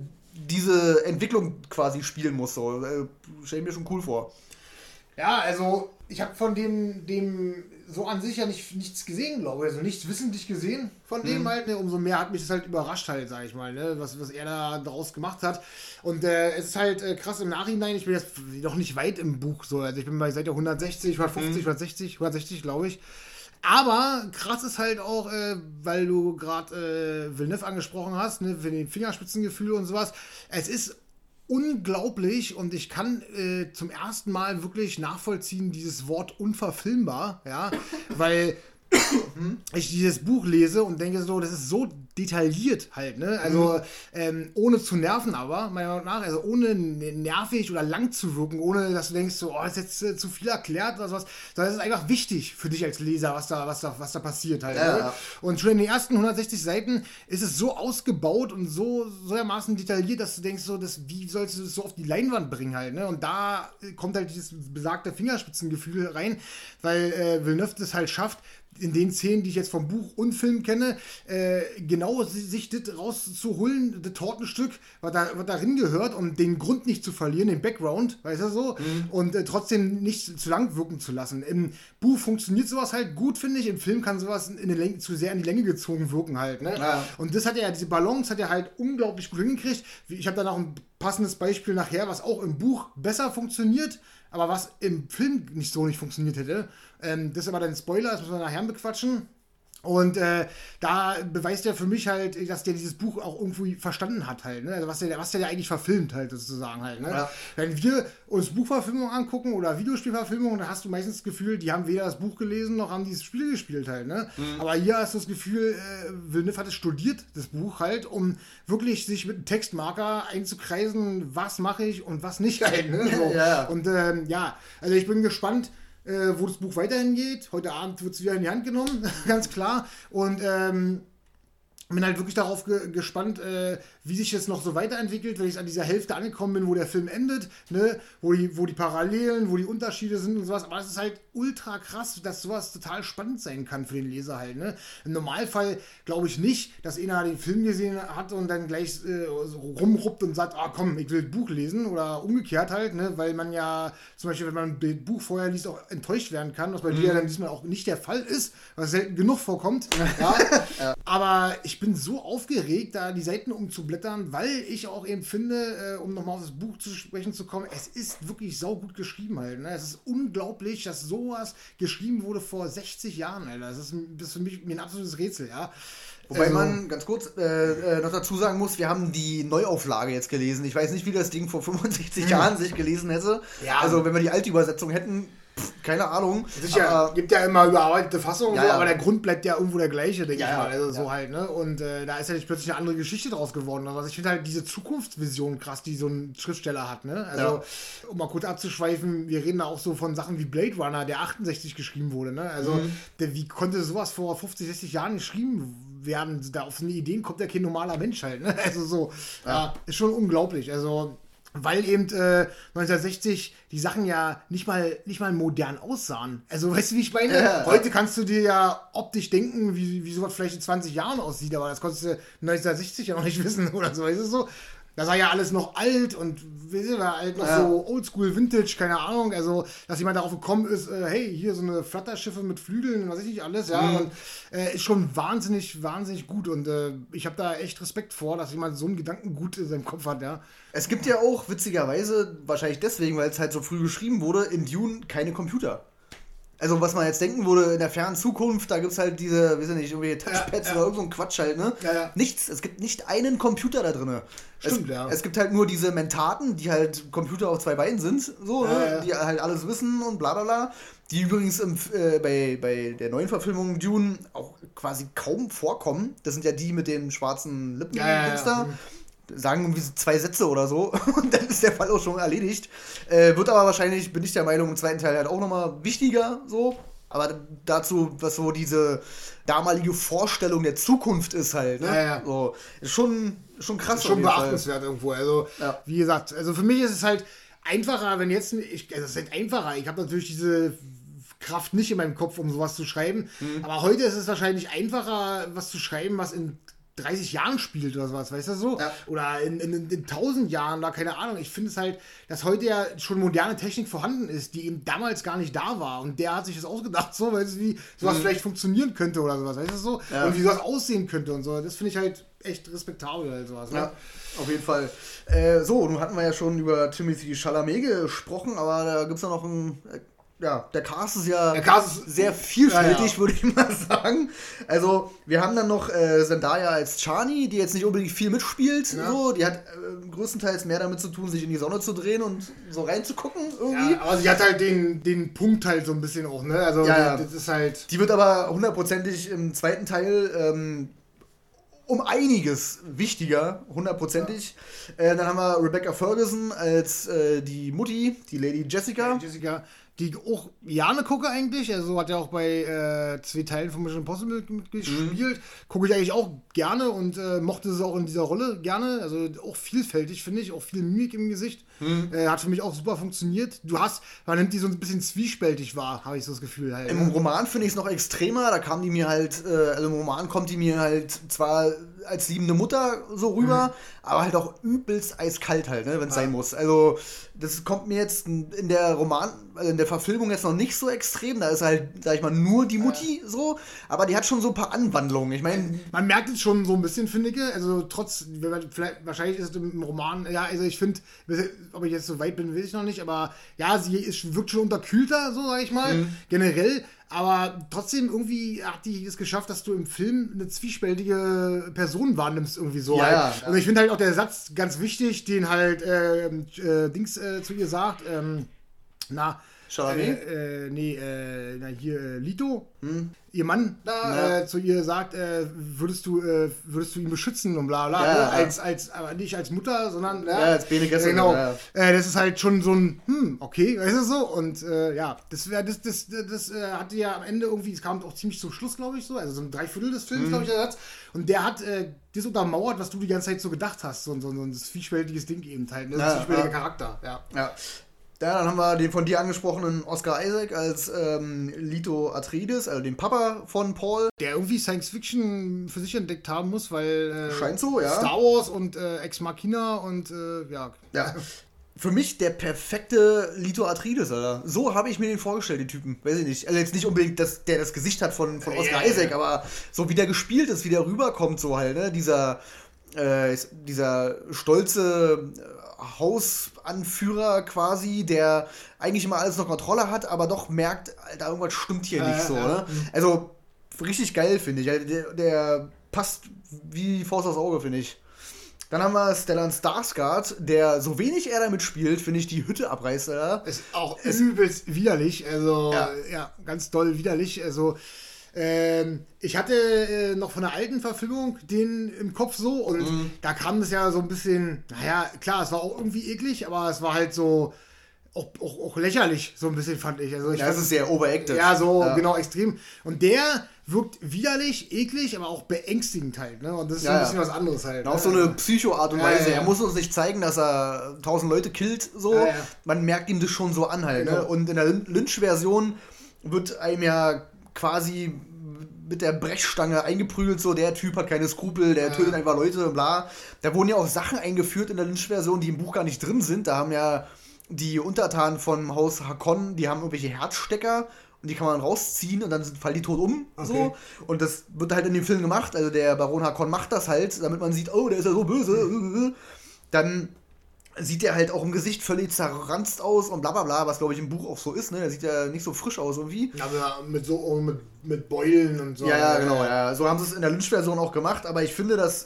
diese Entwicklung quasi spielen muss, so. Stelle ich mir schon cool vor. Ja, also ich habe von dem so an sich ja nichts gesehen, glaube ich. Also nichts wissentlich gesehen von dem halt. Ne? Umso mehr hat mich das halt überrascht halt, sag ich mal, ne? Was er da daraus gemacht hat. Und es ist halt krass im Nachhinein. Ich bin jetzt noch nicht weit im Buch so. Also ich bin bei Seite 160, 160, glaube ich. Aber krass ist halt auch, weil du gerade Villeneuve angesprochen hast, ne, für den Fingerspitzengefühl und sowas. Es ist unglaublich und ich kann zum ersten Mal wirklich nachvollziehen, dieses Wort unverfilmbar, ja, weil ich dieses Buch lese und denke so, das ist so detailliert halt, ne? Also ohne zu nerven aber, meiner Meinung nach, also ohne nervig oder lang zu wirken, ohne dass du denkst so, oh, das ist jetzt zu viel erklärt oder sowas, sondern es ist einfach wichtig für dich als Leser, was da passiert halt. Ja. Ne? Und schon in den ersten 160 Seiten ist es so ausgebaut und so dermaßen detailliert, dass du denkst so, wie sollst du das so auf die Leinwand bringen halt, ne? Und da kommt halt dieses besagte Fingerspitzengefühl rein, weil Villeneuve das halt schafft, in den Szenen, die ich jetzt vom Buch und Film kenne, genau sich das rauszuholen, das Tortenstück, was darin gehört, um den Grund nicht zu verlieren, den Background, weißt du so, und trotzdem nicht zu lang wirken zu lassen. Im Buch funktioniert sowas halt gut, finde ich, im Film kann sowas zu sehr in die Länge gezogen wirken halt, ne? Ja. Und das hat diese Balance hat er halt unglaublich gut hingekriegt. Ich habe da noch ein passendes Beispiel nachher, was auch im Buch besser funktioniert, aber was im Film nicht funktioniert hätte. Das ist aber dann ein Spoiler, das müssen wir nachher bequatschen. Und da beweist er für mich halt, dass der dieses Buch auch irgendwie verstanden hat halt, ne? Also was der eigentlich verfilmt halt sozusagen halt, ne? Ja. Wenn wir uns Buchverfilmungen angucken oder Videospielverfilmungen, dann hast du meistens das Gefühl, die haben weder das Buch gelesen, noch haben dieses Spiel gespielt halt, ne? Aber hier hast du das Gefühl, Villeneuve hat es studiert, das Buch halt, um wirklich sich mit einem Textmarker einzukreisen, was mache ich und was nicht halt, ne? So. Ja. Und also ich bin gespannt, wo das Buch weiterhin geht. Heute Abend wird es wieder in die Hand genommen, ganz klar. Und bin halt wirklich darauf gespannt, wie sich das noch so weiterentwickelt, wenn ich an dieser Hälfte angekommen bin, wo der Film endet, ne? wo die Parallelen, wo die Unterschiede sind und sowas. Aber es ist halt ultra krass, dass sowas total spannend sein kann für den Leser halt. Ne? Im Normalfall glaube ich nicht, dass einer den Film gesehen hat und dann gleich so rumruppt und sagt, komm, ich will das Buch lesen oder umgekehrt halt, ne? Weil man ja zum Beispiel, wenn man ein Buch vorher liest, auch enttäuscht werden kann, was bei dir dann diesmal auch nicht der Fall ist, was selten genug vorkommt. Ja? Ja. Aber ich bin so aufgeregt, da die Seiten umzublättern, weil ich auch eben finde, um nochmal auf das Buch zu sprechen zu kommen, es ist wirklich saugut geschrieben halt. Ne? Es ist unglaublich, dass sowas geschrieben wurde vor 60 Jahren, Alter. Das ist für mich ein absolutes Rätsel, ja. Wobei man ganz kurz noch dazu sagen muss, wir haben die Neuauflage jetzt gelesen. Ich weiß nicht, wie das Ding vor 65 Jahren sich gelesen hätte. Ja. Also wenn wir die alte Übersetzung hätten, keine Ahnung. Es gibt ja immer überarbeitete Fassungen, aber der Grund bleibt ja irgendwo der gleiche, denke ich mal. Also so halt, ne? Und da ist ja nicht plötzlich eine andere Geschichte draus geworden. Also ich finde halt diese Zukunftsvision krass, die so ein Schriftsteller hat, ne? Also, um mal kurz abzuschweifen, wir reden da auch so von Sachen wie Blade Runner, der 68 geschrieben wurde, ne? Also, wie konnte sowas vor 50, 60 Jahren geschrieben werden? Da auf so eine Ideen kommt ja kein normaler Mensch halt, ne? Also so, ist schon unglaublich. Also, weil eben 1960 die Sachen ja nicht mal modern aussahen. Also, weißt du, wie ich meine? Ja. Heute kannst du dir ja optisch denken, wie sowas vielleicht in 20 Jahren aussieht, aber das konntest du 1960 ja noch nicht wissen oder so, weißt du so? Da sah ja alles noch alt und war halt noch so Oldschool, Vintage, keine Ahnung. Also, dass jemand darauf gekommen ist, hey, hier so eine Flatterschiffe mit Flügeln und was weiß ich nicht alles, und ist schon wahnsinnig, wahnsinnig gut. Und ich habe da echt Respekt vor, dass jemand so einen Gedankengut in seinem Kopf hat, ja. Es gibt ja auch, witzigerweise, wahrscheinlich deswegen, weil es halt so früh geschrieben wurde, in Dune keine Computer. Also, was man jetzt denken würde, in der fernen Zukunft, da gibt es halt diese, weiß ich nicht, irgendwie Touchpads oder irgend so ein Quatsch halt, ne? Ja. Nichts, es gibt nicht einen Computer da drin. Stimmt, es gibt halt nur diese Mentaten, die halt Computer auf 2 Beinen sind, so, ne? Die halt alles wissen und bla bla bla. Die übrigens bei der neuen Verfilmung Dune auch quasi kaum vorkommen. Das sind ja die mit den schwarzen Lippen da. Sagen irgendwie 2 Sätze oder so und dann ist der Fall auch schon erledigt. Wird aber wahrscheinlich, bin ich der Meinung, im zweiten Teil halt auch nochmal wichtiger, so. Aber dazu, was so diese damalige Vorstellung der Zukunft ist halt, ne? So, ist schon krass. Ist schon beachtenswert irgendwo. Also, wie gesagt, also für mich ist es halt einfacher, wenn jetzt, es ist halt einfacher. Ich habe natürlich diese Kraft nicht in meinem Kopf, um sowas zu schreiben. Aber heute ist es wahrscheinlich einfacher, was zu schreiben, was in 30 Jahren spielt oder sowas, weißt du so? Ja. Oder in 1000 Jahren, da keine Ahnung. Ich finde es halt, dass heute ja schon moderne Technik vorhanden ist, die eben damals gar nicht da war. Und der hat sich das ausgedacht, so, weißt du, wie sowas vielleicht funktionieren könnte oder sowas, weißt du so? Ja. Und wie sowas aussehen könnte und so. Das finde ich halt echt respektabel halt sowas. Ne? Ja, auf jeden Fall. Nun hatten wir ja schon über Timothée Chalamet gesprochen, aber da gibt es ja noch ein... Ja, der Cast ist sehr vielfältig, würde ich mal sagen. Also, wir haben dann noch Zendaya als Chani, die jetzt nicht unbedingt viel mitspielt. Ja. So. Die hat größtenteils mehr damit zu tun, sich in die Sonne zu drehen und so reinzugucken irgendwie. Ja, aber sie hat halt den Punkt halt so ein bisschen auch, ne? Also, das ist halt... Die wird aber hundertprozentig im zweiten Teil... um einiges wichtiger, hundertprozentig. Dann haben wir Rebecca Ferguson als die Mutti, die Lady Jessica. Jessica, die ich auch gerne gucke eigentlich. Also hat ja auch bei 2 Teilen von Mission Impossible mitgespielt. Gucke ich eigentlich auch gerne und mochte es auch in dieser Rolle gerne. Also auch vielfältig, finde ich. Auch viel Mimik im Gesicht. Hat für mich auch super funktioniert. Man nimmt die so ein bisschen zwiespältig wahr, habe ich so das Gefühl halt. Im Roman finde ich es noch extremer. Da kam die mir halt, also im Roman kommt die mir halt zwar als liebende Mutter so rüber, aber halt auch übelst eiskalt halt, ne, wenn es sein muss. Also das kommt mir jetzt in der also in der Verfilmung jetzt noch nicht so extrem. Da ist halt, sag ich mal, nur die Mutti so, aber die hat schon so ein paar Anwandlungen. Ich meine, man merkt es schon so ein bisschen, finde ich. Also wahrscheinlich ist es im Roman, ja, also ich finde, ob ich jetzt so weit bin, weiß ich noch nicht, aber ja, wirkt schon unterkühlter, so sag ich mal, generell. Aber trotzdem irgendwie hat die es geschafft, dass du im Film eine zwiespältige Person wahrnimmst, irgendwie so. Ja, halt. ja. Also ich finde halt auch der Satz ganz wichtig, den halt Dings zu ihr sagt, Lito, ihr Mann da zu ihr sagt, würdest du ihn beschützen und bla bla, ne? Aber nicht als Mutter, sondern als Bene Gesserit. Genau. Das ist halt schon so ein, okay, weißt du so? Und das hatte ja am Ende irgendwie, es kam auch ziemlich zum Schluss, glaube ich, so, also so ein 3/4 des Films, glaube ich, der Satz. Und der hat das untermauert, was du die ganze Zeit so gedacht hast, so ein zwiespältiges Ding eben halt, ne? So ein zwiespältiger Charakter, ja. Ja, dann haben wir den von dir angesprochenen Oscar Isaac als Leto Atreides, also den Papa von Paul. Der irgendwie Science Fiction für sich entdeckt haben muss, weil scheint so, ja. Star Wars und Ex Machina und ja. Für mich der perfekte Leto Atreides, Alter. So habe ich mir den vorgestellt, den Typen. Weiß ich nicht. Also jetzt nicht unbedingt, dass der das Gesicht hat von Oscar Isaac, aber so wie der gespielt ist, wie der rüberkommt, so halt, ne? Dieser stolze Hausanführer quasi, der eigentlich immer alles noch Kontrolle hat, aber doch merkt, Alter, irgendwas stimmt hier nicht so, ne? Also, richtig geil, finde ich. Der passt wie Faust aufs Auge, finde ich. Dann haben wir Stellan Skarsgård, der, so wenig er damit spielt, finde ich, die Hütte abreißt, Alter. Ist auch übelst widerlich, also, ganz doll widerlich, also, ich hatte noch von der alten Verfilmung den im Kopf so und da kam es ja so ein bisschen, naja, klar, es war auch irgendwie eklig, aber es war halt so auch lächerlich, so ein bisschen fand ich. Also das ist sehr overacted. Ja, genau, extrem. Und der wirkt widerlich, eklig, aber auch beängstigend halt, ne? Und das ist so ein bisschen was anderes halt. Und auch so eine Psycho-Art und Weise. Er muss uns nicht zeigen, dass er 1000 Leute killt, so. Man merkt ihm das schon so an halt, ne? Und in der Lynch-Version wird einem ja quasi mit der Brechstange eingeprügelt, so, der Typ hat keine Skrupel, der tötet einfach Leute, bla. Da wurden ja auch Sachen eingeführt in der Lynch-Version, die im Buch gar nicht drin sind. Da haben ja die Untertanen vom Haus Hakon, die haben irgendwelche Herzstecker und die kann man rausziehen und dann fallen die tot um, so. Und das wird halt in dem Film gemacht, also der Baron Hakon macht das halt, damit man sieht, oh, der ist ja so böse. Dann sieht er halt auch im Gesicht völlig zerranzt aus und bla bla bla, was glaube ich im Buch auch so ist, ne? Der sieht ja nicht so frisch aus irgendwie. Aber mit Beulen und so. Ja, genau, ja. So haben sie es in der Lynch-Version auch gemacht, aber ich finde, dass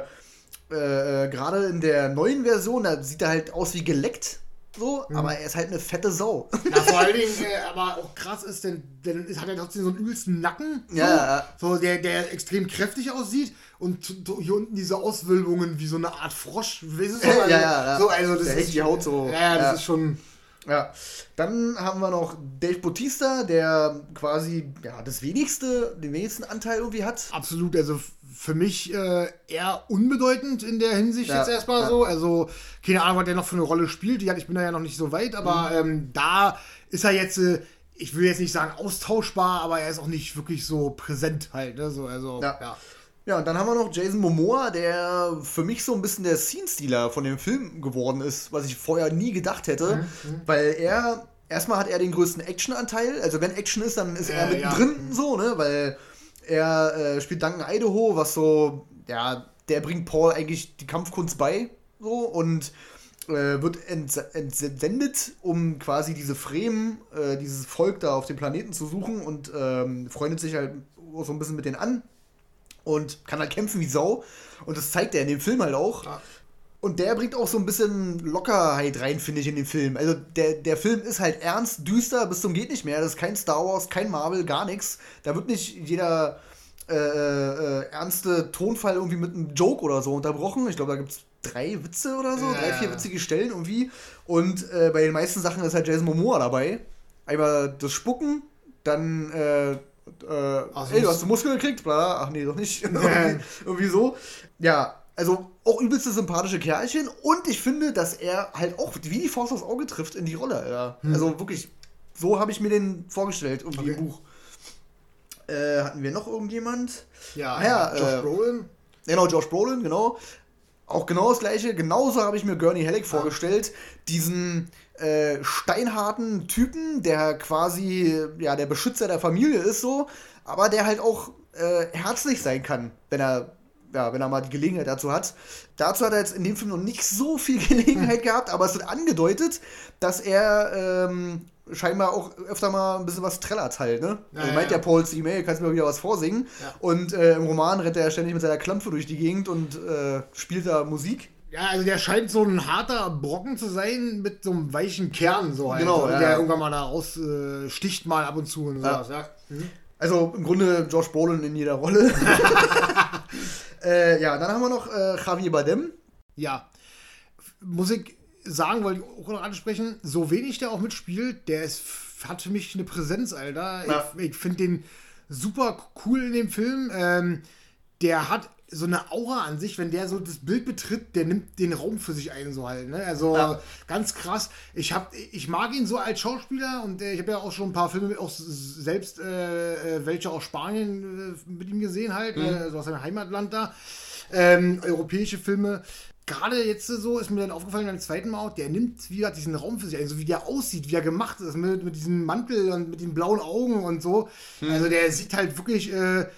gerade in der neuen Version, da sieht er halt aus wie geleckt, so, aber er ist halt eine fette Sau. Ja, vor allen Dingen, aber auch krass ist, denn hat er trotzdem so einen übelsten Nacken, so der extrem kräftig aussieht und hier unten diese Auswölbungen wie so eine Art Frosch, weißt du so? So, also das der ist die Haut so. Ja, das ist schon. Ja, dann haben wir noch Dave Bautista, der quasi den wenigsten Anteil irgendwie hat. Absolut, also für mich eher unbedeutend in der Hinsicht jetzt erstmal so. Also keine Ahnung, was der noch für eine Rolle spielt. Ich bin da ja noch nicht so weit, aber da ist er jetzt, ich will jetzt nicht sagen austauschbar, aber er ist auch nicht wirklich so präsent halt. Ne? So, also, Ja, und dann haben wir noch Jason Momoa, der für mich so ein bisschen der Scene-Stealer von dem Film geworden ist, was ich vorher nie gedacht hätte, weil erstmal hat er den größten Action-Anteil, also wenn Action ist, dann ist er mittendrin so, ne, weil er spielt Duncan Idaho, was so, der bringt Paul eigentlich die Kampfkunst bei, so, und wird entsendet, um quasi diese Fremen, dieses Volk da auf dem Planeten zu suchen und freundet sich halt so ein bisschen mit denen an. Und kann halt kämpfen wie Sau. Und das zeigt er in dem Film halt auch. Ja. Und der bringt auch so ein bisschen Lockerheit rein, finde ich, in den Film. Also der Film ist halt ernst, düster, bis zum geht nicht mehr. Das ist kein Star Wars, kein Marvel, gar nichts. Da wird nicht jeder ernste Tonfall irgendwie mit einem Joke oder so unterbrochen. Ich glaube, da gibt es 3 Witze oder so, 3, 4 witzige Stellen irgendwie. Und bei den meisten Sachen ist halt Jason Momoa dabei. einmal das Spucken, dann ey, du hast einen Muskel gekriegt, bla, ach nee, doch nicht. Irgendwie so. Ja, also auch übelste sympathische Kerlchen und ich finde, dass er halt auch wie die Faust aufs Auge trifft in die Rolle. Ja. Also wirklich, so habe ich mir den vorgestellt, irgendwie im Buch. Hatten wir noch irgendjemand? Ja, Josh Brolin. Genau, Josh Brolin, genau. Auch genau das Gleiche. Genauso habe ich mir Gurney Halleck vorgestellt. Diesen steinharten Typen, der quasi der Beschützer der Familie ist, so, aber der halt auch herzlich sein kann, wenn er mal die Gelegenheit dazu hat. Dazu hat er jetzt in dem Film noch nicht so viel Gelegenheit gehabt, aber es wird angedeutet, dass er scheinbar auch öfter mal ein bisschen was trällert halt, ne? Also meint der Paul C. May, kannst du mir wieder was vorsingen. Ja. Und im Roman rennt er ständig mit seiner Klampfe durch die Gegend und spielt da Musik. Ja, also der scheint so ein harter Brocken zu sein mit so einem weichen Kern, so halt. Genau, der irgendwann mal da raus sticht mal ab und zu und sowas, ja. Also im Grunde Josh Brolin in jeder Rolle. Dann haben wir noch Javier Bardem. Ja, muss ich sagen, wollte ich auch noch ansprechen, so wenig der auch mitspielt, hat für mich eine Präsenz, Alter. Ja. Ich finde den super cool in dem Film. Der hat so eine Aura an sich, wenn der so das Bild betritt, der nimmt den Raum für sich ein, so halt, ne? Also ganz krass. Ich mag ihn so als Schauspieler und ich habe ja auch schon ein paar Filme auch selbst welche aus Spanien mit ihm gesehen halt, also aus seinem Heimatland da. Europäische Filme. Gerade jetzt so ist mir dann aufgefallen beim zweiten Mal auch, der nimmt wieder diesen Raum für sich ein, so wie der aussieht, wie er gemacht ist, mit diesem Mantel und mit den blauen Augen und so. Also der sieht halt wirklich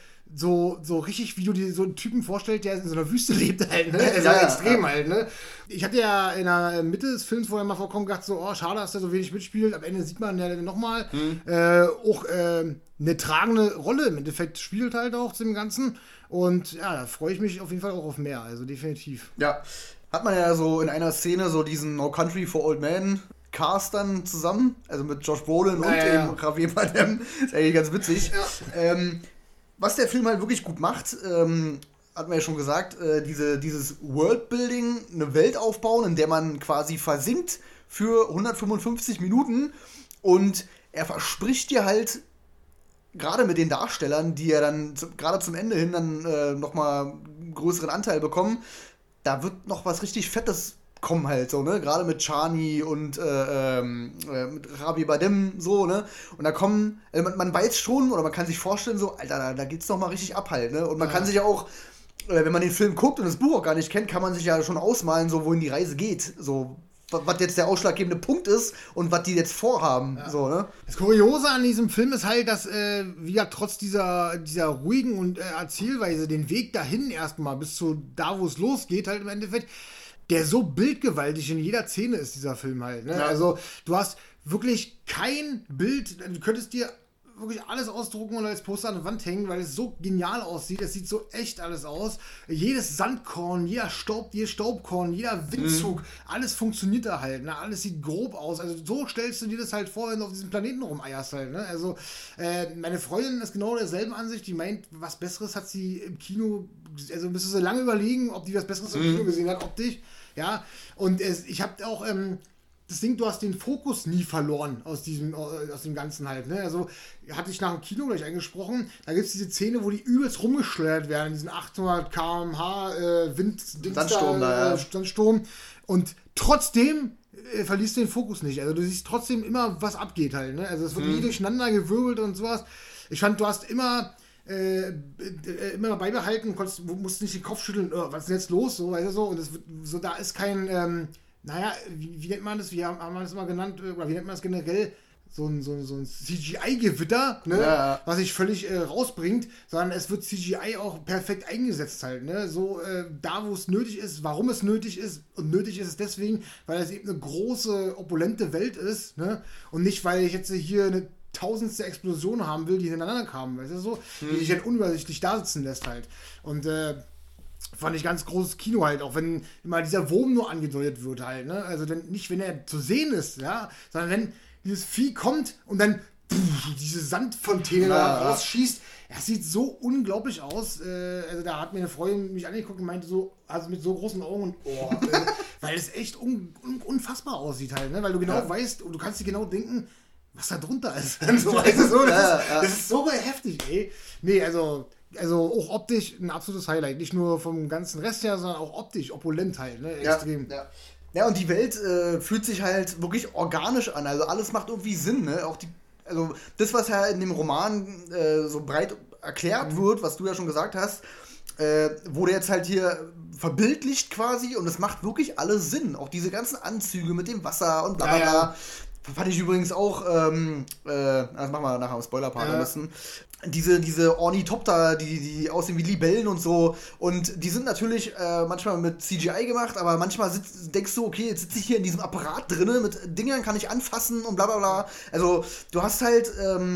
so richtig, wie du dir so einen Typen vorstellst, der in so einer Wüste lebt halt, ne? Also extrem halt, ne? Ich hatte ja in der Mitte des Films vorher mal vorkommen gedacht, so, oh, schade, dass der so wenig mitspielt. Am Ende sieht man ja nochmal auch eine tragende Rolle im Endeffekt spielt halt auch zu dem Ganzen. Und ja, da freue ich mich auf jeden Fall auch auf mehr, also definitiv. Ja, hat man ja so in einer Szene so diesen No Country for Old Men Cast dann zusammen, also mit Josh Brolin und eben Javier Bardem. Ist eigentlich ganz witzig. Ja. Was der Film halt wirklich gut macht, hat man ja schon gesagt, dieses Worldbuilding, eine Welt aufbauen, in der man quasi versinkt für 155 Minuten und er verspricht dir halt gerade mit den Darstellern, die ja dann gerade zum Ende hin dann nochmal einen größeren Anteil bekommen, da wird noch was richtig Fettes kommen halt so, ne? Gerade mit Chani und mit Javier Bardem so, ne? Und da kommen, also man weiß schon oder man kann sich vorstellen so, Alter, da geht's noch mal richtig ab halt, ne? Und man kann sich ja auch, wenn man den Film guckt und das Buch auch gar nicht kennt, kann man sich ja schon ausmalen, so wohin die Reise geht, so was jetzt der ausschlaggebende Punkt ist und was die jetzt vorhaben. Ja. So, ne? Das Kuriose an diesem Film ist halt, dass wir trotz dieser ruhigen und Erzählweise den Weg dahin erstmal bis zu da, wo es losgeht, halt im Endeffekt, der so bildgewaltig in jeder Szene ist, dieser Film halt. Ne? Ja. Also du hast wirklich kein Bild, du könntest dir wirklich alles ausdrucken und als Poster an der Wand hängen, weil es so genial aussieht. Es sieht so echt alles aus. Jedes Sandkorn, jedes Staubkorn, jeder Windzug, alles funktioniert da halt. Ne? Alles sieht grob aus. Also so stellst du dir das halt vor, wenn du auf diesem Planeten rumeierst halt. Ne? Also meine Freundin ist genau derselben Ansicht. Die meint, was Besseres hat sie im Kino, also müsste sie lange überlegen, ob die was Besseres im Kino gesehen hat, optisch. Ja, und ich habe auch das Ding, du hast den Fokus nie verloren aus dem Ganzen halt, ne? Also, hatte ich nach dem Kino gleich angesprochen, da gibt es diese Szene, wo die übelst rumgeschleudert werden, diesen 800 km/h Sandsturm. Und trotzdem verlierst du den Fokus nicht. Also, du siehst trotzdem immer, was abgeht halt, ne? Also, es wird nie durcheinander gewirbelt und sowas. Ich fand, du hast immer beibehalten, musst nicht den Kopf schütteln, was ist denn jetzt los, so, weißt du, so, und das wird, so, da ist kein, wie nennt man das? Wie haben wir das mal genannt? Oder wie nennt man das generell? So ein CGI-Gewitter, ne? Ja. Was sich völlig rausbringt, sondern es wird CGI auch perfekt eingesetzt halt, ne? So da, wo es nötig ist, warum es nötig ist. Und nötig ist es deswegen, weil es eben eine große, opulente Welt ist, ne? Und nicht, weil ich jetzt hier eine 1000. Explosion haben will, die hintereinander kamen, weißt du, so? Die sich halt unübersichtlich da sitzen lässt halt. Und fand ich ganz großes Kino halt, auch wenn immer dieser Wurm nur angedeutet wird halt, ne? Also nicht, wenn er zu sehen ist, ja, sondern wenn dieses Vieh kommt und dann diese Sandfontäne da rausschießt. Das sieht so unglaublich aus. Also da hat mir eine Freundin mich angeguckt und meinte so, also mit so großen Augen und weil es echt unfassbar aussieht halt, ne? Weil du genau weißt und du kannst dir genau denken, was da drunter ist. So, weißt du, so, das ist so heftig, ey. Nee, also auch optisch ein absolutes Highlight. Nicht nur vom ganzen Rest her, sondern auch optisch, opulent halt, ne? Extrem. Ja, und die Welt fühlt sich halt wirklich organisch an. Also alles macht irgendwie Sinn, ne? Auch also das, was ja in dem Roman so breit erklärt wird, was du ja schon gesagt hast, wurde jetzt halt hier verbildlicht quasi und es macht wirklich alles Sinn. Auch diese ganzen Anzüge mit dem Wasser und bla bla bla. Fand ich übrigens auch, das machen wir nachher im Spoiler-Part am besten. Diese Ornithopter, die aussehen wie Libellen und so. Und die sind natürlich manchmal mit CGI gemacht, aber manchmal denkst du, okay, jetzt sitze ich hier in diesem Apparat drin, mit Dingern kann ich anfassen und bla bla bla. Also du hast halt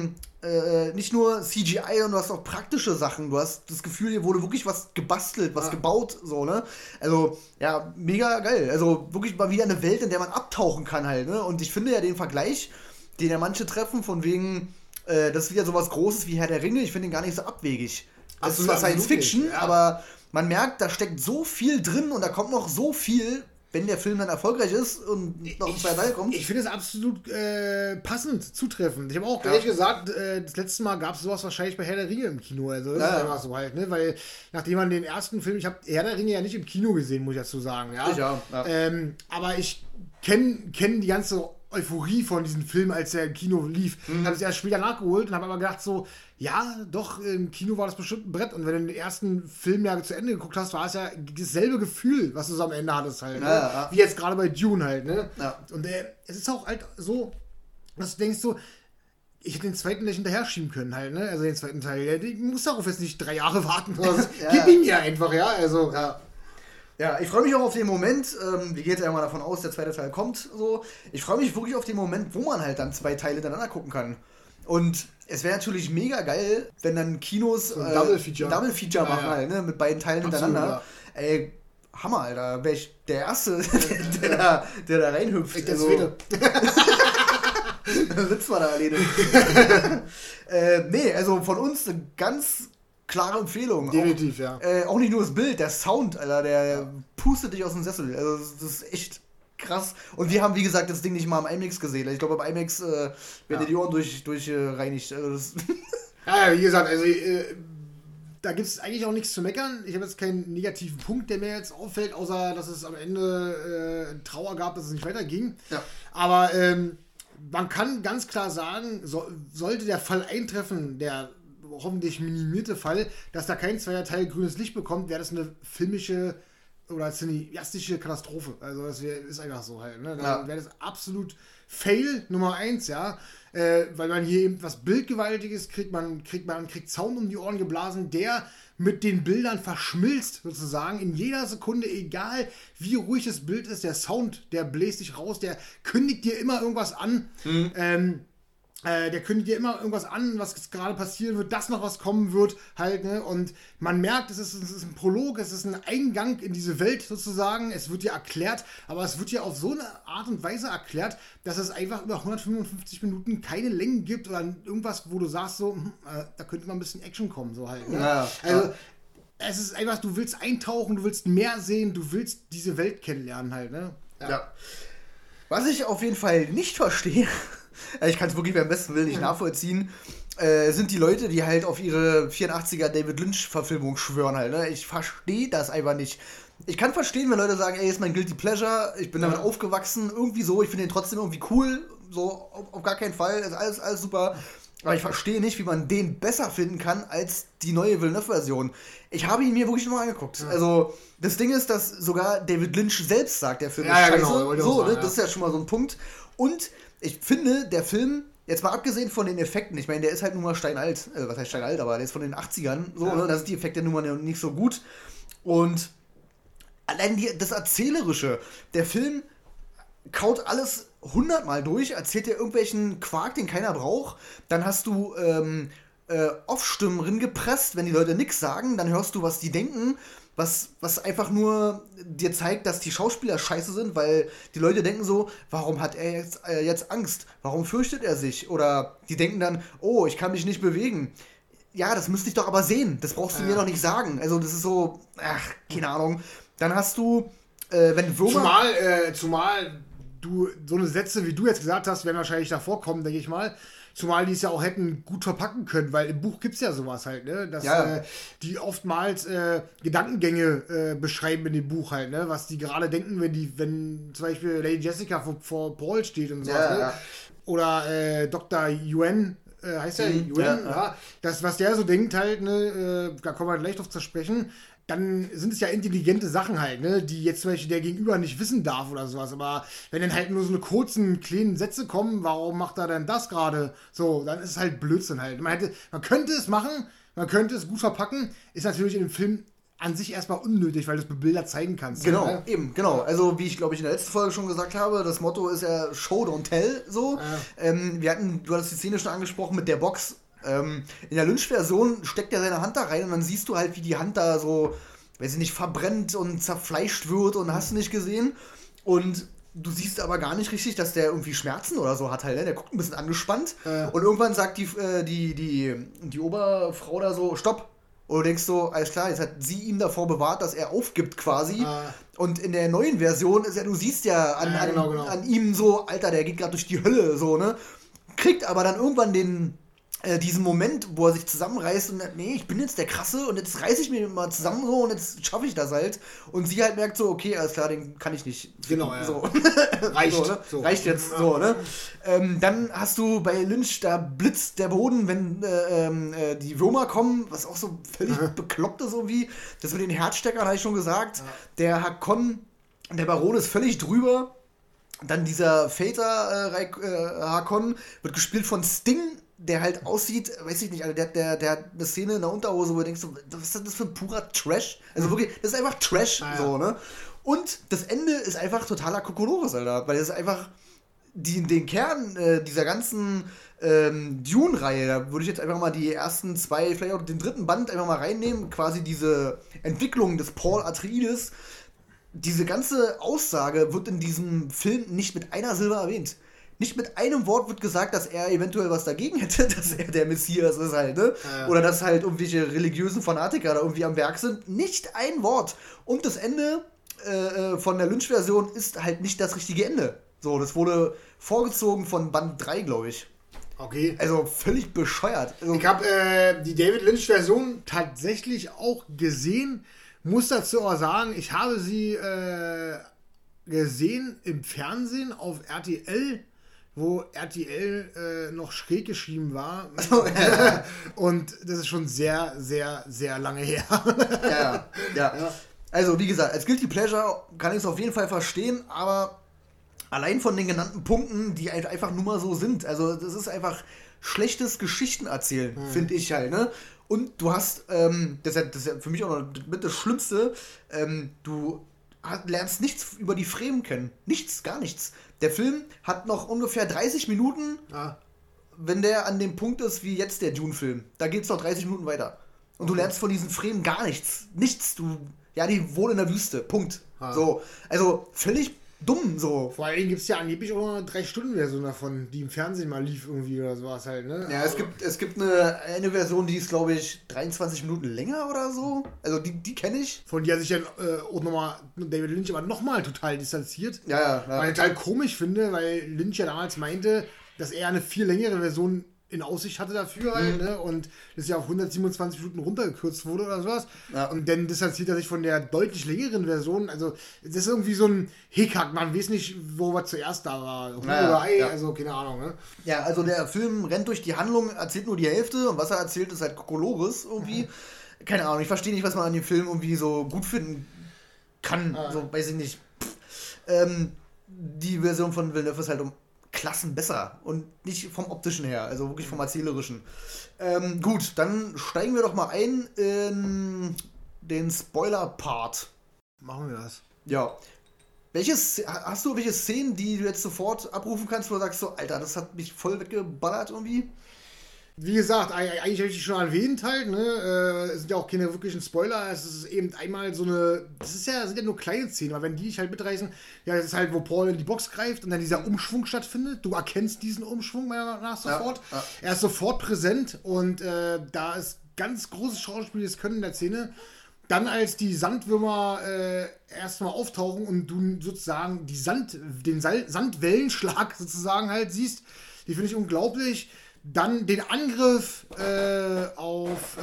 nicht nur CGI, sondern du hast auch praktische Sachen. Du hast das Gefühl, hier wurde wirklich was gebastelt, was gebaut, so, ne? Also, ja, mega geil. Also wirklich mal wieder eine Welt, in der man abtauchen kann halt, ne? Und ich finde ja den Vergleich, den ja manche treffen, von wegen das ist wieder sowas Großes wie Herr der Ringe. Ich finde ihn gar nicht so abwegig. Das ist zwar Science Fiction, aber man merkt, da steckt so viel drin und da kommt noch so viel, wenn der Film dann erfolgreich ist und noch ein zweiter Teil kommt. Ich finde es absolut passend, zutreffend. Ich habe auch gleich gesagt, das letzte Mal gab es sowas wahrscheinlich bei Herr der Ringe im Kino. Also das ist einfach so halt, ne? Weil nachdem man den ersten Film, ich habe Herr der Ringe ja nicht im Kino gesehen, muss ich dazu sagen. Ja? Aber ich kenn die ganze Euphorie von diesem Film, als er im Kino lief. Habe es erst später nachgeholt und habe aber gedacht so, ja, doch, im Kino war das bestimmt ein Brett. Und wenn du den ersten Film ja zu Ende geguckt hast, war es ja dasselbe Gefühl, was du so am Ende hattest halt. Ne? Wie jetzt gerade bei Dune halt. Ne? Ja. Und es ist auch halt so, dass du denkst so, ich hätte den zweiten nicht hinterher schieben können halt, ne? Also den zweiten Teil. Ich muss darauf jetzt nicht 3 Jahre warten. Gib ihn mir einfach, ja. Also, Ja, ich freue mich auch auf den Moment, wir gehen jetzt ja mal davon aus, der zweite Teil kommt, so. Ich freue mich wirklich auf den Moment, wo man halt dann 2 Teile hintereinander gucken kann. Und es wäre natürlich mega geil, wenn dann Kinos so ein Double Feature machen halt, ne, mit beiden Teilen hintereinander. Ja. Ey, Hammer, Alter, wäre ich der Erste, der da reinhüpft. Ich der Zweite. Dann sitzt man da alleine. Nee, also von uns eine ganz klare Empfehlung. Definitiv, auch nicht nur das Bild, der Sound, Alter, der pustet dich aus dem Sessel. Also das ist echt krass. Und wir haben, wie gesagt, das Ding nicht mal am IMAX gesehen. Ich glaube, beim IMAX werden dir die Ohren durchreinigt. Also wie gesagt, also da gibt es eigentlich auch nichts zu meckern. Ich habe jetzt keinen negativen Punkt, der mir jetzt auffällt, außer dass es am Ende Trauer gab, dass es nicht weiterging. Ja. Aber man kann ganz klar sagen, sollte der Fall eintreffen, der hoffentlich minimierte Fall, dass da kein zweiter Teil grünes Licht bekommt, wäre das eine filmische oder cineastische Katastrophe. Also das ist einfach so halt. Ne? Dann wäre das absolut Fail Nummer 1, ja. Weil man hier eben was Bildgewaltiges kriegt, man kriegt Sound um die Ohren geblasen, der mit den Bildern verschmilzt sozusagen in jeder Sekunde, egal wie ruhig das Bild ist, der Sound, der bläst dich raus, der kündigt dir immer irgendwas an. Der kündigt dir immer irgendwas an, was gerade passieren wird, dass noch was kommen wird, halt, ne? Und man merkt, es ist ein Prolog, es ist ein Eingang in diese Welt sozusagen, es wird dir erklärt, aber es wird dir auf so eine Art und Weise erklärt, dass es einfach über 155 Minuten keine Längen gibt oder irgendwas, wo du sagst, so, da könnte mal ein bisschen Action kommen, so halt, ne? Also, es ist einfach, du willst eintauchen, du willst mehr sehen, du willst diese Welt kennenlernen, halt, ne? Ja. Was ich auf jeden Fall nicht verstehe, ich kann es wirklich beim besten Willen nicht nachvollziehen, sind die Leute, die halt auf ihre 84er David Lynch-Verfilmung schwören halt. Ne? Ich verstehe das einfach nicht. Ich kann verstehen, wenn Leute sagen, ey, ist mein Guilty Pleasure, ich bin damit aufgewachsen, irgendwie so, ich finde den trotzdem irgendwie cool, so auf gar keinen Fall, ist alles super. Aber ich verstehe nicht, wie man den besser finden kann als die neue Villeneuve-Version. Ich habe ihn mir wirklich nochmal angeguckt. Ja. Also, das Ding ist, dass sogar David Lynch selbst sagt, der Film ist scheiße. Genau, so, sagen, das ist ja schon mal so ein Punkt. Und ich finde, der Film, jetzt mal abgesehen von den Effekten, ich meine, der ist halt nun mal steinalt, was heißt steinalt, aber der ist von den 80ern, so, ne? Da sind die Effekte nun mal nicht so gut. Und allein das Erzählerische, der Film kaut alles 100-mal durch, erzählt dir irgendwelchen Quark, den keiner braucht. Dann hast du Off-Stimmen ringepresst, wenn die Leute nichts sagen, dann hörst du, was die denken, was einfach nur dir zeigt, dass die Schauspieler scheiße sind, weil die Leute denken so, warum hat er jetzt Angst? Warum fürchtet er sich? Oder die denken dann, oh, ich kann mich nicht bewegen. Ja, das müsste ich doch aber sehen. Das brauchst du mir doch nicht sagen. Also das ist so, keine Ahnung. Dann hast du, wenn Würmer... Zumal so eine Sätze, wie du jetzt gesagt hast, werden wahrscheinlich davor kommen, denke ich mal. Zumal die es ja auch hätten gut verpacken können, weil im Buch gibt es ja sowas halt, ne? Dass die oftmals Gedankengänge beschreiben in dem Buch halt, ne? Was die gerade denken, wenn zum Beispiel Lady Jessica vor Paul steht und sowas, ne? Oder Dr. Yuen, heißt der? Yuen, ja. Das, was der so denkt halt, ne? Da kommen wir gleich drauf zu sprechen. Dann sind es ja intelligente Sachen halt, ne, die jetzt zum Beispiel der Gegenüber nicht wissen darf oder sowas. Aber wenn dann halt nur so eine kurzen, kleinen Sätze kommen, warum macht er denn das gerade? So, dann ist es halt Blödsinn halt. Man könnte es machen, man könnte es gut verpacken, ist natürlich in dem Film an sich erstmal unnötig, weil du es mit Bildern zeigen kannst. Genau, ne? eben, genau. Also, wie ich glaube ich in der letzten Folge schon gesagt habe, das Motto ist ja Show, don't tell, so. Du hattest die Szene schon angesprochen mit der Box. In der Lynch-Version steckt er seine Hand da rein und dann siehst du halt, wie die Hand da so, weiß ich nicht, verbrennt und zerfleischt wird und hast du nicht gesehen. Und du siehst aber gar nicht richtig, dass der irgendwie Schmerzen oder so hat halt, ne? Der guckt ein bisschen angespannt und irgendwann sagt die Oberfrau da so, stopp. Und du denkst so, alles klar, jetzt hat sie ihn davor bewahrt, dass er aufgibt quasi. Und in der neuen Version ist ja, du siehst ja an ihm so, Alter, der geht gerade durch die Hölle, so, ne? Kriegt aber dann irgendwann diesen Moment, wo er sich zusammenreißt und nee, ich bin jetzt der Krasse und jetzt reiße ich mich mal zusammen so und jetzt schaffe ich das halt. Und sie halt merkt so, okay, alles klar, den kann ich nicht. Genau, ja. So. Reicht. So, ne? So. Reicht jetzt, so, ne? Dann hast du bei Lynch, da blitzt der Boden, wenn die Roma kommen, was auch so völlig bekloppt ist irgendwie. Das mit den Herzsteckern habe ich schon gesagt. Der Hakon, der Baron ist völlig drüber. Dann dieser Vater Hakon wird gespielt von Sting, der halt aussieht, weiß ich nicht, also der hat eine Szene in der Unterhose, wo du denkst, was ist das für ein purer Trash? Also wirklich, das ist einfach Trash, so, ne? Und das Ende ist einfach totaler Kokolores, Alter, weil das ist einfach den Kern dieser ganzen Dune-Reihe, da würde ich jetzt einfach mal die ersten zwei, vielleicht auch den dritten Band einfach mal reinnehmen, quasi diese Entwicklung des Paul Atreides. Diese ganze Aussage wird in diesem Film nicht mit einer Silbe erwähnt. Nicht mit einem Wort wird gesagt, dass er eventuell was dagegen hätte, dass er der Messias ist halt, ne? Ja. Oder dass halt irgendwelche religiösen Fanatiker da irgendwie am Werk sind. Nicht ein Wort. Und das Ende von der Lynch-Version ist halt nicht das richtige Ende. So, das wurde vorgezogen von Band 3, glaube ich. Okay. Also völlig bescheuert. Also, ich habe die David Lynch-Version tatsächlich auch gesehen. Muss dazu aber sagen, ich habe sie gesehen im Fernsehen auf RTL, wo RTL noch schräg geschrieben war. Und das ist schon sehr, sehr, sehr lange her. Ja. Also, wie gesagt, als Guilty Pleasure kann ich es auf jeden Fall verstehen, aber allein von den genannten Punkten, die einfach nur mal so sind, also das ist einfach schlechtes Geschichtenerzählen, finde ich halt, ne? Und du hast, das ist ja für mich auch noch mit das Schlimmste, du lernst nichts über die Fremen kennen. Nichts, gar nichts. Der Film hat noch ungefähr 30 Minuten, wenn der an dem Punkt ist wie jetzt der Dune-Film. Da geht es noch 30 Minuten weiter. Und du lernst von diesen Fremen gar nichts. Nichts. Die wohnen in der Wüste. Punkt. So. Also völlig dumm so. Vor allem gibt es ja angeblich auch eine 3-Stunden-Version davon, die im Fernsehen mal lief irgendwie oder sowas halt, ne? Ja, es gibt eine Version, die ist, glaube ich, 23 Minuten länger oder so. Also die kenne ich. Von der sich dann auch nochmal David Lynch aber nochmal total distanziert. Ja. Weil ich total komisch finde, weil Lynch ja damals meinte, dass er eine viel längere Version in Aussicht hatte dafür halt, ne? Und das ja auf 127 Minuten runtergekürzt wurde oder sowas. Ja. Und dann distanziert er sich von der deutlich längeren Version. Also, das ist irgendwie so ein Hickhack. Man weiß nicht, wo was zuerst da war. Oder Ei, also keine Ahnung, ne? Ja, also der Film rennt durch die Handlung, erzählt nur die Hälfte und was er erzählt, ist halt Kokolores irgendwie. Keine Ahnung, ich verstehe nicht, was man an dem Film irgendwie so gut finden kann. So, weiß ich nicht. Die Version von Villeneuve ist halt um Klassen besser und nicht vom optischen her, also wirklich vom erzählerischen. Gut, dann steigen wir doch mal ein in den Spoiler-Part. Machen wir das. Ja. Hast du welche Szenen, die du jetzt sofort abrufen kannst, wo du sagst so, Alter, das hat mich voll weggeballert irgendwie? Wie gesagt, eigentlich habe ich schon erwähnt halt, ne, es sind ja auch keine wirklichen Spoiler, es ist eben einmal so eine, sind ja nur kleine Szenen, aber wenn die dich halt mitreißen, ja, das ist halt, wo Paul in die Box greift und dann dieser Umschwung stattfindet, du erkennst diesen Umschwung meiner Meinung nach sofort, er ist sofort präsent und da ist ganz großes Schauspiel, das Können in der Szene, dann als die Sandwürmer erstmal auftauchen und du sozusagen den Sandwellenschlag sozusagen halt siehst, die finde ich unglaublich. Dann den Angriff auf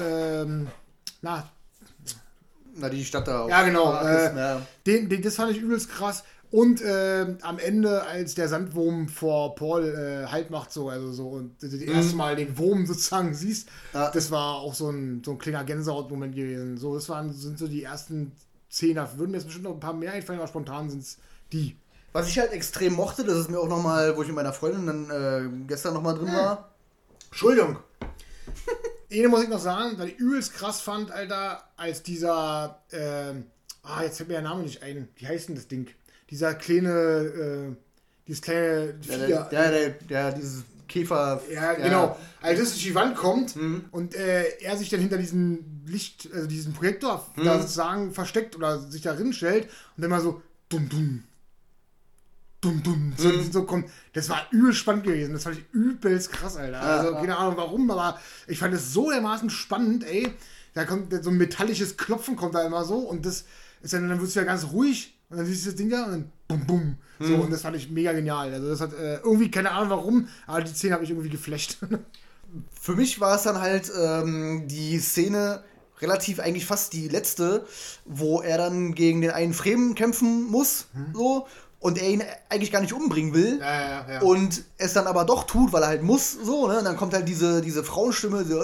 die Stadt da. Ja, genau. Das fand ich übelst krass. Und am Ende, als der Sandwurm vor Paul Halt macht, und das erste Mal den Wurm sozusagen siehst, das war auch so ein kleiner Gänsehaut-Moment gewesen. So, sind so die ersten 10. Würden mir jetzt bestimmt noch ein paar mehr einfallen, aber spontan sind es die. Was ich halt extrem mochte, das ist mir auch nochmal, wo ich mit meiner Freundin dann gestern nochmal drin war. Entschuldigung. Eine muss ich noch sagen, weil ich übelst krass fand, Alter, als dieser, jetzt fällt mir der Name nicht ein. Wie heißt denn das Ding? Dieses kleine Vieh. Dieses Käfer. Ja, genau. Als es durch die Wand kommt und er sich dann hinter diesem Licht, also diesen Projektor da sozusagen versteckt oder sich darin stellt und dann mal so dumm. So kommt. Das war übel spannend gewesen. Das fand ich übelst krass, Alter. Also keine Ahnung warum, aber ich fand es so dermaßen spannend, ey. Da kommt so ein metallisches Klopfen kommt da immer so und das ist dann wird es wieder ganz ruhig und dann siehst du das Ding da und dann bum. So, und das fand ich mega genial. Also das hat irgendwie, keine Ahnung warum, aber die Szene habe ich irgendwie geflasht. Für mich war es dann halt die Szene relativ eigentlich fast die letzte, wo er dann gegen den einen Fremen kämpfen muss, so. Und er ihn eigentlich gar nicht umbringen will. Ja. Und es dann aber doch tut, weil er halt muss, so, ne? Und dann kommt halt diese Frauenstimme, so,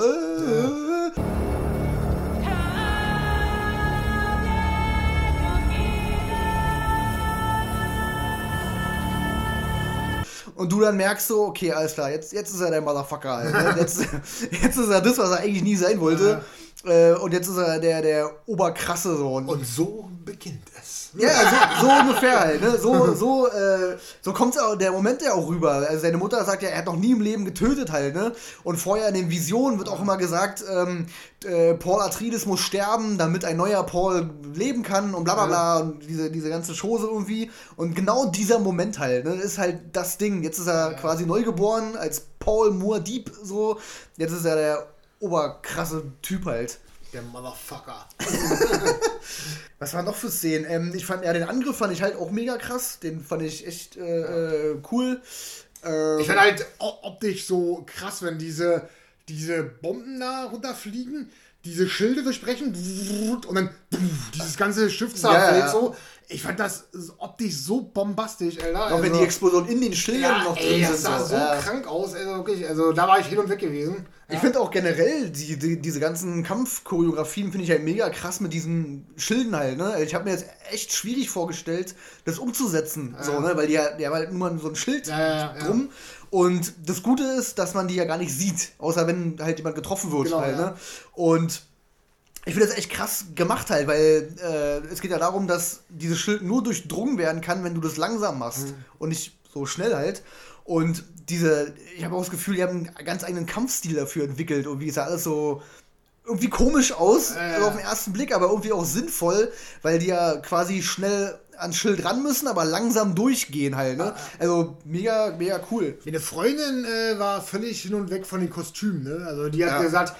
Und du dann merkst so, okay, alles klar, jetzt ist er der Motherfucker halt, ne? Jetzt ist er das, was er eigentlich nie sein wollte. Und jetzt ist er der Oberkrasse so. Und so beginnt es. Ja, so ungefähr halt, ne? So kommt der Moment ja auch rüber. Also seine Mutter sagt ja, er hat noch nie im Leben getötet halt, ne? Und vorher in den Visionen wird auch immer gesagt, Paul Atreides muss sterben, damit ein neuer Paul leben kann und bla bla bla und diese ganze Chose irgendwie. Und genau dieser Moment halt, ne, ist halt das Ding. Jetzt ist er quasi neugeboren als Paul Muad'Dib, so. Jetzt ist er der oberkrasse Typ halt. Der Motherfucker. Was waren noch für Szenen? Ich fand, den Angriff fand ich halt auch mega krass. Den fand ich echt cool. Ich fand halt optisch so krass, wenn diese Bomben da runterfliegen, diese Schilde durchbrechen und dann dieses ganze Schiff zerfällt so. Ich fand das optisch so bombastisch, Alter. Auch wenn die Explosion in den Schildern noch drin sind. Das sah so krank aus, also da war ich hin und weg gewesen. Ich finde auch generell diese ganzen Kampfchoreografien finde ich halt mega krass mit diesen Schilden halt, ne? Ich habe mir jetzt echt schwierig vorgestellt, das umzusetzen, so, ne? Weil die haben halt nur so ein Schild drum. Und das Gute ist, dass man die ja gar nicht sieht, außer wenn halt jemand getroffen wird halt, ne? Und ich finde das echt krass gemacht halt, weil es geht ja darum, dass dieses Schild nur durchdrungen werden kann, wenn du das langsam machst und nicht so schnell halt. Und ich habe auch das Gefühl, die haben einen ganz eigenen Kampfstil dafür entwickelt. Und wie ist ja alles so irgendwie komisch aus, also auf den ersten Blick, aber irgendwie auch sinnvoll, weil die ja quasi schnell ans Schild ran müssen, aber langsam durchgehen halt, ne? Also mega, mega cool. Meine Freundin war völlig hin und weg von den Kostümen, ne? Also die hat gesagt,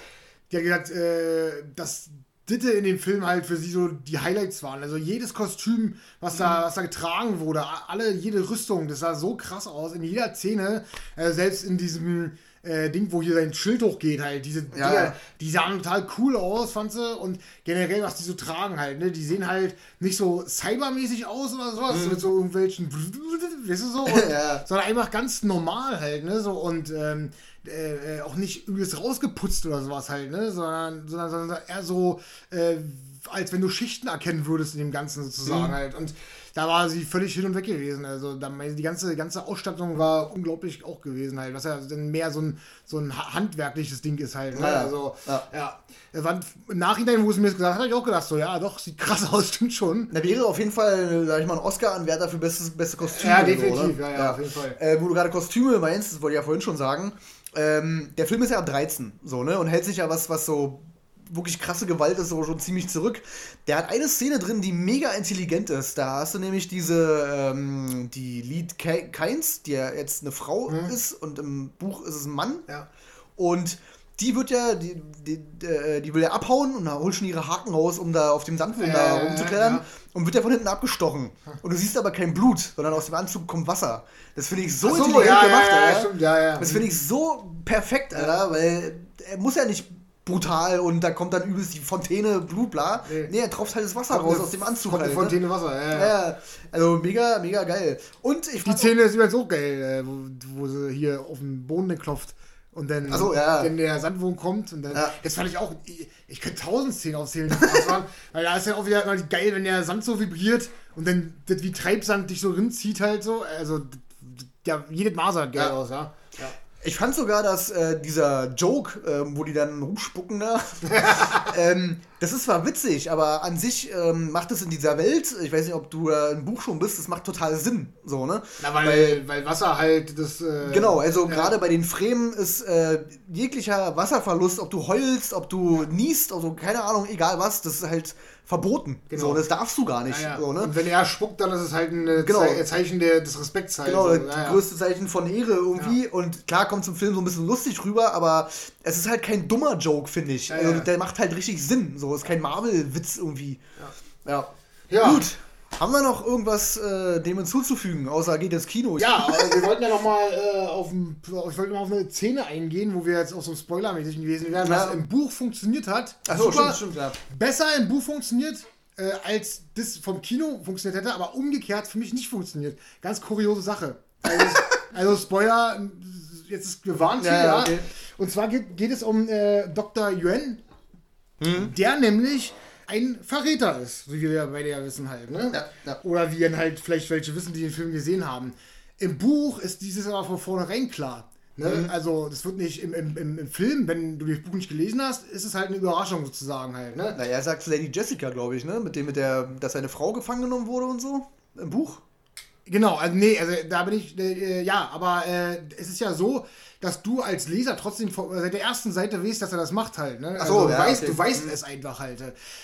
dass Ditte in dem Film halt für sie so die Highlights waren. Also jedes Kostüm, was da getragen wurde, jede Rüstung, das sah so krass aus. In jeder Szene, selbst in diesem Ding, wo hier sein Schild hochgeht halt, diese Dinger, die sahen total cool aus, fand sie. Und generell, was die so tragen halt, ne, die sehen halt nicht so cybermäßig aus oder sowas, mit so irgendwelchen, weißt du so, sondern einfach ganz normal halt, ne, so und auch nicht übelst rausgeputzt oder sowas halt, ne, sondern eher so, als wenn du Schichten erkennen würdest in dem Ganzen sozusagen halt. Und da war sie völlig hin und weg gewesen. Also die ganze Ausstattung war unglaublich auch gewesen halt, was ja dann mehr so ein handwerkliches Ding ist halt. Ne? Im Nachhinein, wo sie mir das gesagt hat, habe ich auch gedacht, so, ja doch, sieht krass aus, stimmt schon. Da wäre auf jeden Fall, sag ich mal, ein Oscar-Anwärter für beste Kostüme. Ja, definitiv, so, ja, auf jeden Fall. Wo du gerade Kostüme meinst, das wollte ich ja vorhin schon sagen, der Film ist ja ab 13, so, ne, und hält sich ja was so wirklich krasse Gewalt ist so schon ziemlich zurück. Der hat eine Szene drin, die mega intelligent ist. Da hast du nämlich die Lied Kynes, die ja jetzt eine Frau ist und im Buch ist es ein Mann. Ja. Und die wird ja, die will ja abhauen und da holt schon ihre Haken raus, um da auf dem Sandwurm da rumzuklettern und wird ja von hinten abgestochen. Und du siehst aber kein Blut, sondern aus dem Anzug kommt Wasser. Das finde ich so intelligent gemacht, Alter. Stimmt, Das finde ich so perfekt, Alter, weil er muss ja nicht brutal und da kommt dann übelst die Fontäne, Blut, bla. Nee, er tropft halt das Wasser raus aus dem Anzug. Kommt halt, eine Fontäne Wasser, ja. Also mega, mega geil. Und ich die Szene ist übrigens auch geil, wo sie hier auf den Boden klopft. Und dann, wenn der Sandwurm kommt, und dann, das fand ich auch, ich könnte 1000 Szenen aufzählen, weil da ist ja auch wieder immer geil, wenn der Sand so vibriert und dann das wie Treibsand dich so rinzieht halt so, also jedes Mal sah geil aus, ja. Ich fand sogar, dass dieser Joke, wo die dann rumspucken da, das ist zwar witzig, aber an sich macht es in dieser Welt, ich weiß nicht, ob du im Buch schon bist, das macht total Sinn, so, ne? Na, weil Wasser halt das... genau, also gerade bei den Fremen ist jeglicher Wasserverlust, ob du heulst, ob du niest, also keine Ahnung, egal was, das ist halt verboten. Genau. So, das darfst du gar nicht. So, ne? Und wenn er spuckt, dann ist es halt ein Zeichen des Respekts. Halt. Genau, das größte Zeichen von Ehre irgendwie. Und klar kommt zum Film so ein bisschen lustig rüber, aber es ist halt kein dummer Joke, finde ich. Also der macht halt richtig Sinn. So, ist kein Marvel-Witz irgendwie. Ja. Gut. Haben wir noch irgendwas dem hinzuzufügen, außer geht ins Kino? Ja, wir wollten ja nochmal auf eine Szene eingehen, wo wir jetzt auch so spoilermäßig gewesen wären, was im Buch funktioniert hat. Achso, stimmt, ja. Besser im Buch funktioniert, als das vom Kino funktioniert hätte, aber umgekehrt für mich nicht funktioniert. Ganz kuriose Sache. Also Spoiler, jetzt ist gewarnt hier, ja. Okay. Und zwar geht es um Dr. Yuan, der nämlich ein Verräter ist, wie wir beide ja wissen halt, ne? Ja. Oder wie dann halt vielleicht welche wissen, die den Film gesehen haben. Im Buch ist dieses aber von vornherein klar. Ne? Also das wird nicht im Film, wenn du das Buch nicht gelesen hast, ist es halt eine Überraschung sozusagen halt, ne? Naja, er sagt Lady Jessica, glaube ich, ne? Dass seine Frau gefangen genommen wurde und so, im Buch. Genau, also da bin ich, aber es ist ja so, dass du als Leser trotzdem seit der ersten Seite weißt, dass er das macht halt, ne? Also du weißt es einfach halt.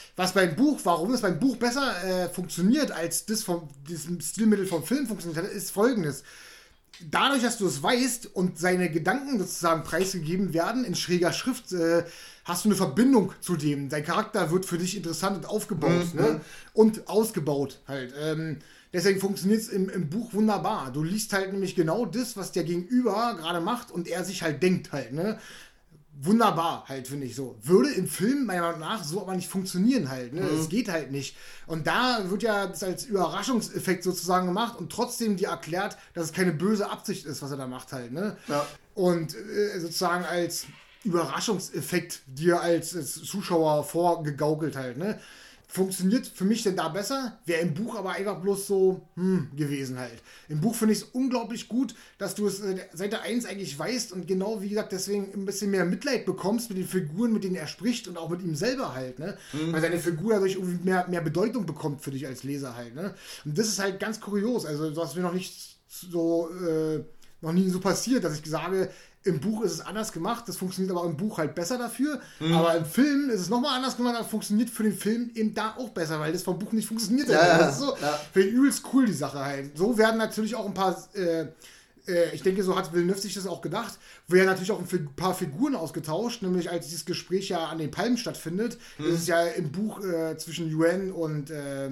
Warum es beim Buch besser funktioniert, als diesem Stilmittel vom Film funktioniert hat, ist folgendes. Dadurch, dass du es weißt und seine Gedanken sozusagen preisgegeben werden in schräger Schrift, hast du eine Verbindung zu dem. Dein Charakter wird für dich interessant und aufgebaut, ne? Und ausgebaut halt. Deswegen funktioniert es im Buch wunderbar. Du liest halt nämlich genau das, was der Gegenüber gerade macht und er sich halt denkt halt, ne? Wunderbar halt, finde ich so. Würde im Film meiner Meinung nach so aber nicht funktionieren halt, ne? Es geht halt nicht. Und da wird ja das als Überraschungseffekt sozusagen gemacht und trotzdem dir erklärt, dass es keine böse Absicht ist, was er da macht halt, ne? Ja. Und sozusagen als Überraschungseffekt dir als Zuschauer vorgegaukelt halt, ne? Funktioniert für mich denn da besser? Wäre im Buch aber einfach bloß so gewesen halt. Im Buch finde ich es unglaublich gut, dass du es Seite 1 eigentlich weißt und genau, wie gesagt, deswegen ein bisschen mehr Mitleid bekommst mit den Figuren, mit denen er spricht und auch mit ihm selber halt, ne? Weil seine Figur dadurch irgendwie mehr Bedeutung bekommt für dich als Leser halt, ne? Und das ist halt ganz kurios. Also, das ist mir noch nicht so, noch nie so passiert, dass ich sage, im Buch ist es anders gemacht, das funktioniert aber im Buch halt besser dafür. Aber im Film ist es nochmal anders gemacht, aber funktioniert für den Film eben da auch besser, weil das vom Buch nicht funktioniert. Das ist so, finde ich übelst cool, die Sache halt. So werden natürlich auch ein paar, ich denke, so hat Villeneuve sich das auch gedacht, werden natürlich auch ein paar Figuren ausgetauscht, nämlich als dieses Gespräch ja an den Palmen stattfindet, ist es ja im Buch zwischen Yuan und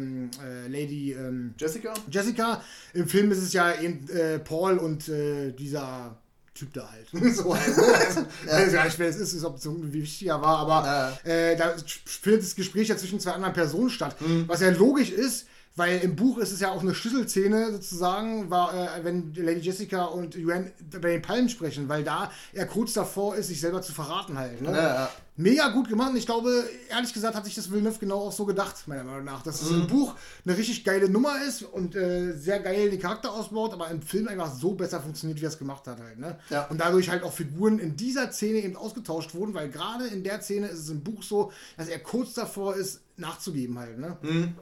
Lady Jessica. Im Film ist es ja eben Paul und dieser Typ da halt. So halt, ne? Also, gar nicht, wer es ist, ob es irgendwie wichtiger war, aber da findet das Gespräch ja zwischen zwei anderen Personen statt. Was ja logisch ist, weil im Buch ist es ja auch eine Schlüsselszene sozusagen, wenn Lady Jessica und Yuan bei den Palmen sprechen, weil da er kurz davor ist, sich selber zu verraten halt. Ne? Mega gut gemacht und ich glaube, ehrlich gesagt, hat sich das Villeneuve genau auch so gedacht, meiner Meinung nach, dass es im Buch eine richtig geile Nummer ist und sehr geil den Charakter ausbaut, aber im Film einfach so besser funktioniert, wie er es gemacht hat halt. Ne? Ja. Und dadurch halt auch Figuren in dieser Szene eben ausgetauscht wurden, weil gerade in der Szene ist es im Buch so, dass er kurz davor ist, nachzugeben halt. Ne?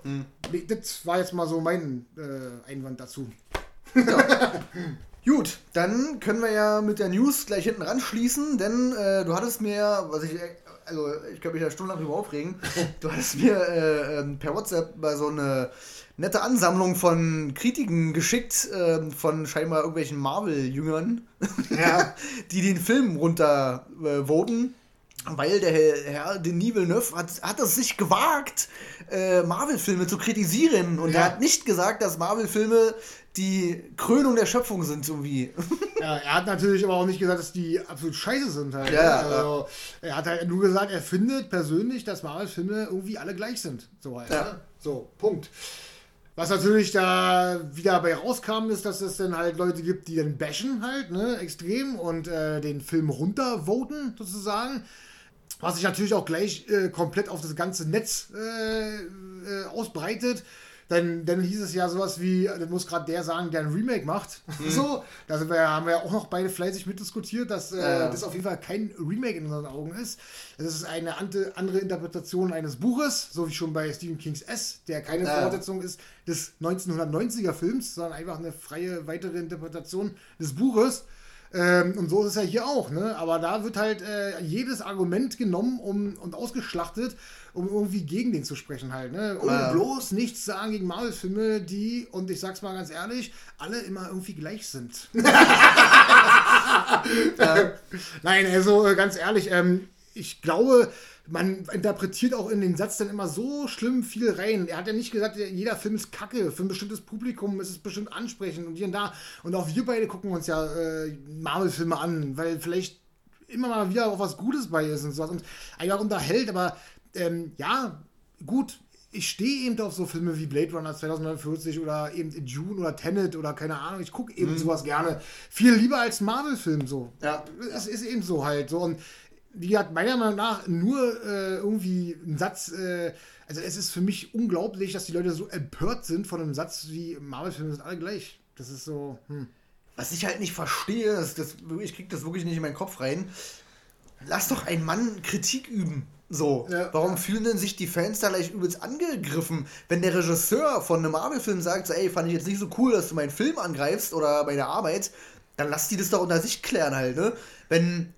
Das war jetzt mal so mein Einwand dazu. Ja. Gut, dann können wir ja mit der News gleich hinten ranschließen, denn du hattest mir, ich kann mich da stundenlang drüber aufregen, du hattest mir per WhatsApp mal so eine nette Ansammlung von Kritiken geschickt, von scheinbar irgendwelchen Marvel-Jüngern, die den Film runtervoten. weil der Herr Denis Villeneuve hat es sich gewagt, Marvel-Filme zu kritisieren. Und er hat nicht gesagt, dass Marvel-Filme die Krönung der Schöpfung sind, irgendwie. Ja, er hat natürlich aber auch nicht gesagt, dass die absolut scheiße sind halt. Ja, also, er hat halt nur gesagt, er findet persönlich, dass Marvel-Filme irgendwie alle gleich sind. So halt. Ja. Ne? So, Punkt. Was natürlich da wieder bei rauskam, ist, dass es dann halt Leute gibt, die dann bashen halt, ne, extrem und den Film runtervoten, sozusagen. Was sich natürlich auch gleich komplett auf das ganze Netz ausbreitet. Dann hieß es ja sowas wie, das muss gerade der sagen, der ein Remake macht. So, da haben wir ja auch noch beide fleißig mitdiskutiert, dass das auf jeden Fall kein Remake in unseren Augen ist. Es ist eine andere Interpretation eines Buches, so wie schon bei Stephen Kings S, der keine Fortsetzung ist des 1990er Films, sondern einfach eine freie weitere Interpretation des Buches. Und so ist es ja hier auch, ne? Aber da wird halt jedes Argument genommen und ausgeschlachtet, um irgendwie gegen den zu sprechen halt, ne? Bloß nichts sagen gegen Marvel-Filme, die, und ich sag's mal ganz ehrlich, alle immer irgendwie gleich sind. Nein, also ganz ehrlich, ich glaube, man interpretiert auch in den Satz dann immer so schlimm viel rein. Er hat ja nicht gesagt, jeder Film ist kacke. Für ein bestimmtes Publikum ist es bestimmt ansprechend und hier und da. Und auch wir beide gucken uns ja Marvel-Filme an, weil vielleicht immer mal wieder auch was Gutes bei ist und sowas und einfach unterhält. Aber ja, gut, ich stehe eben auf so Filme wie Blade Runner 2049 oder eben Dune oder Tenet oder keine Ahnung. Ich gucke eben sowas gerne. Viel lieber als Marvel-Film so. Ja. Es ist eben so halt so. Und wie gesagt, meiner Meinung nach nur irgendwie ein Satz, also es ist für mich unglaublich, dass die Leute so empört sind von einem Satz wie Marvel-Filme sind alle gleich. Das ist so, Was ich halt nicht verstehe, ich krieg das wirklich nicht in meinen Kopf rein. Lass doch ein Mann Kritik üben. So, warum fühlen denn sich die Fans da gleich übelst angegriffen, wenn der Regisseur von einem Marvel-Film sagt, so, ey, fand ich jetzt nicht so cool, dass du meinen Film angreifst oder meine Arbeit, dann lass die das doch unter sich klären halt, ne? Wenn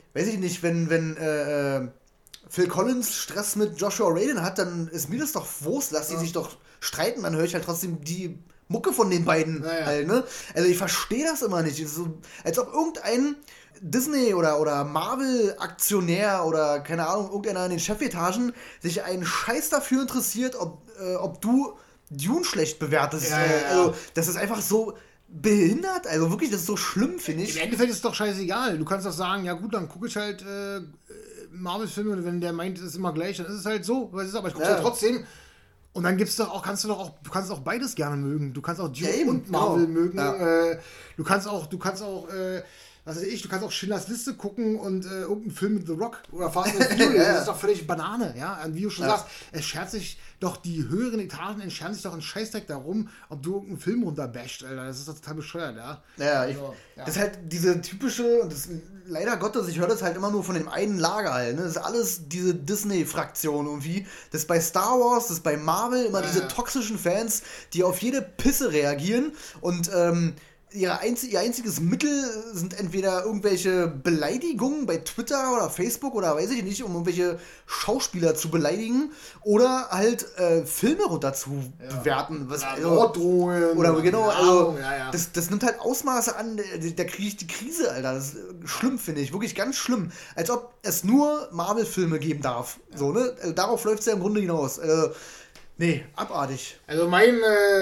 Phil Collins Stress mit Joshua Radin hat, dann ist mir das doch Wurst, lass die sich doch streiten, dann höre ich halt trotzdem die Mucke von den beiden halt, ne? Also ich verstehe das immer nicht. So, als ob irgendein Disney oder Marvel-Aktionär oder keine Ahnung, irgendeiner in den Chefetagen sich einen Scheiß dafür interessiert, ob du Dune schlecht bewertest. Also, das ist einfach so behindert, also wirklich, das ist so schlimm, finde ich. Im Endeffekt ist es doch scheißegal. Du kannst doch sagen, ja gut, dann gucke ich halt Marvel-Filme und wenn der meint, es ist immer gleich, dann ist es halt so. Aber ich gucke ja trotzdem. Und dann gibt's doch auch, du kannst auch beides gerne mögen. Du kannst auch Dune und Marvel mögen. Ja. Du kannst auch was weiß ich, du kannst auch Schindlers Liste gucken und irgendeinen Film mit The Rock oder Fast and Furious. Das ist doch völlig Banane, ja. Wie du schon sagst, es schert sich doch, die höheren Etagen entscheren sich doch einen Scheißdreck darum, ob du irgendeinen Film runterbasht, Alter. Das ist doch total bescheuert, ja. Das ist halt diese typische, und das, leider Gottes, ich höre das halt immer nur von dem einen Lager halt, ne? Das ist alles diese Disney-Fraktion irgendwie. Das ist bei Star Wars, das ist bei Marvel, immer diese toxischen Fans, die auf jede Pisse reagieren und ihr einziges Mittel sind entweder irgendwelche Beleidigungen bei Twitter oder Facebook oder weiß ich nicht, um irgendwelche Schauspieler zu beleidigen oder halt Filme runter zu bewerten. Morddrohungen. Oder genau, also das nimmt halt Ausmaße an, da kriege ich die Krise, Alter. Das ist schlimm, finde ich. Wirklich ganz schlimm. Als ob es nur Marvel-Filme geben darf. So, ne? Also, darauf läuft es ja im Grunde hinaus. Nee, abartig. Also mein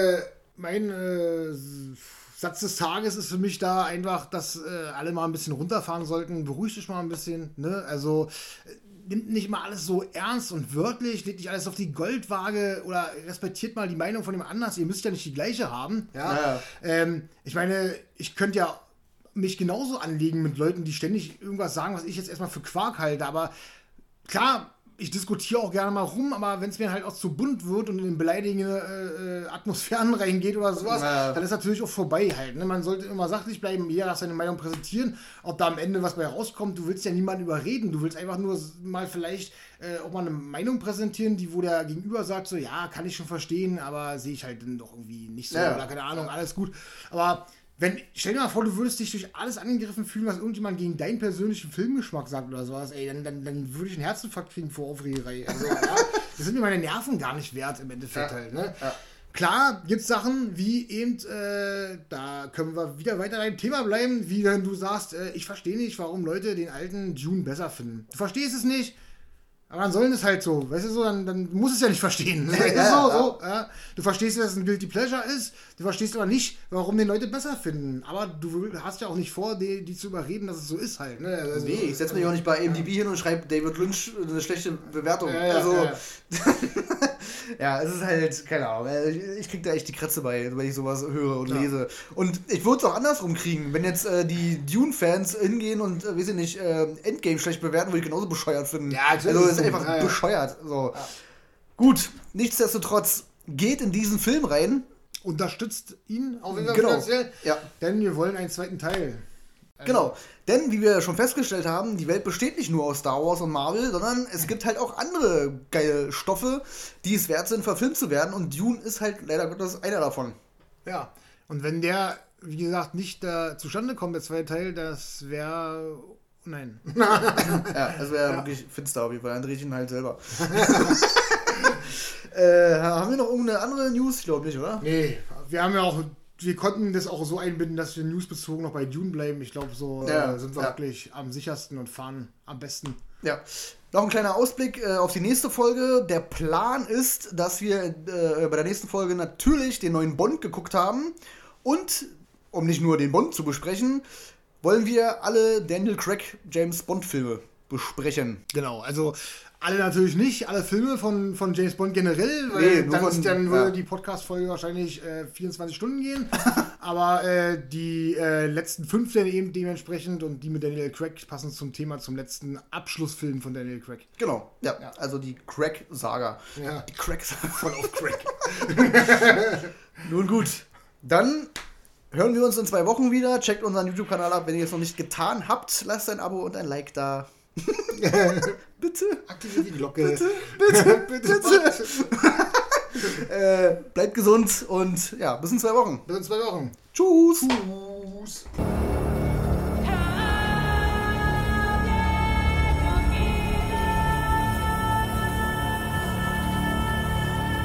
Satz des Tages ist für mich da einfach, dass alle mal ein bisschen runterfahren sollten. Beruhigt dich mal ein bisschen. Ne? Also nimmt nicht mal alles so ernst und wörtlich, legt nicht alles auf die Goldwaage oder respektiert mal die Meinung von dem anders. Ihr müsst ja nicht die gleiche haben. Ja? Ich meine, ich könnte ja mich genauso anlegen mit Leuten, die ständig irgendwas sagen, was ich jetzt erstmal für Quark halte. Aber klar, ich diskutiere auch gerne mal rum, aber wenn es mir halt auch zu bunt wird und in beleidigende Atmosphären reingeht oder sowas, dann ist natürlich auch vorbei halt. Ne? Man sollte immer sachlich bleiben, jeder darf seine Meinung präsentieren. Ob da am Ende was bei rauskommt, du willst ja niemanden überreden. Du willst einfach nur mal vielleicht auch mal eine Meinung präsentieren, wo der Gegenüber sagt, so ja, kann ich schon verstehen, aber sehe ich halt dann doch irgendwie nicht so oder keine Ahnung, alles gut. Aber stell dir mal vor, du würdest dich durch alles angegriffen fühlen, was irgendjemand gegen deinen persönlichen Filmgeschmack sagt oder sowas, ey, dann würde ich einen Herzinfarkt kriegen vor Aufregerei. Also, das sind mir meine Nerven gar nicht wert im Endeffekt halt, ne? Ja. Klar gibt's Sachen wie eben, da können wir wieder weiter beim Thema bleiben, wie wenn du sagst, ich verstehe nicht, warum Leute den alten Dune besser finden. Du verstehst es nicht, Aber dann sollen es halt so, weißt du so, dann muss es ja nicht verstehen. Ja. Du verstehst, dass es ein Guilty Pleasure ist, du verstehst aber nicht, warum den Leute besser finden. Aber du hast ja auch nicht vor, die zu überreden, dass es so ist halt. Ne? Also, nee, ich setze mich auch nicht bei IMDb hin und schreibe David Lynch eine schlechte Bewertung. Ja, es ist halt, keine Ahnung, ich krieg da echt die Kratze bei, wenn ich sowas höre und lese. Und ich würde es auch andersrum kriegen, wenn jetzt die Dune-Fans hingehen und, weiß ich nicht, Endgame schlecht bewerten, würde ich genauso bescheuert finden. Ja, also es ist einfach bescheuert. So. Ja. Gut, nichtsdestotrotz, geht in diesen Film rein. Unterstützt ihn, auch wenn wir finanziell, denn wir wollen einen zweiten Teil. Genau, denn wie wir schon festgestellt haben, die Welt besteht nicht nur aus Star Wars und Marvel, sondern es gibt halt auch andere geile Stoffe, die es wert sind, verfilmt zu werden, und Dune ist halt leider Gottes einer davon. Ja, und wenn der, wie gesagt, nicht zustande kommt, der zweite Teil, das wäre... Nein. Ja, das wäre wirklich finster auf jeden Fall, dann drehe ich ihn halt selber. Haben wir noch irgendeine andere News? Ich glaube nicht, oder? Nee, wir konnten das auch so einbinden, dass wir newsbezogen noch bei Dune bleiben. Ich glaube, so sind wir wirklich am sichersten und fahren am besten. Ja. Noch ein kleiner Ausblick auf die nächste Folge. Der Plan ist, dass wir bei der nächsten Folge natürlich den neuen Bond geguckt haben. Und, um nicht nur den Bond zu besprechen, wollen wir alle Daniel Craig James Bond Filme besprechen. Genau, also alle natürlich nicht, alle Filme von James Bond generell, weil dann würde die Podcast-Folge wahrscheinlich 24 Stunden gehen. Aber die letzten 5 dann eben dementsprechend und die mit Daniel Craig passen zum Thema, zum letzten Abschlussfilm von Daniel Craig. Genau, ja. Also die Craig-Saga. Ja. Die Craig-Saga voll auf Craig. Nun gut, dann hören wir uns in 2 Wochen wieder. Checkt unseren YouTube-Kanal ab, wenn ihr es noch nicht getan habt. Lasst ein Abo und ein Like da. Bitte. Aktiviert die Glocke. Bitte. Bleibt gesund und ja, bis in 2 Wochen. Bis in 2 Wochen. Tschüss.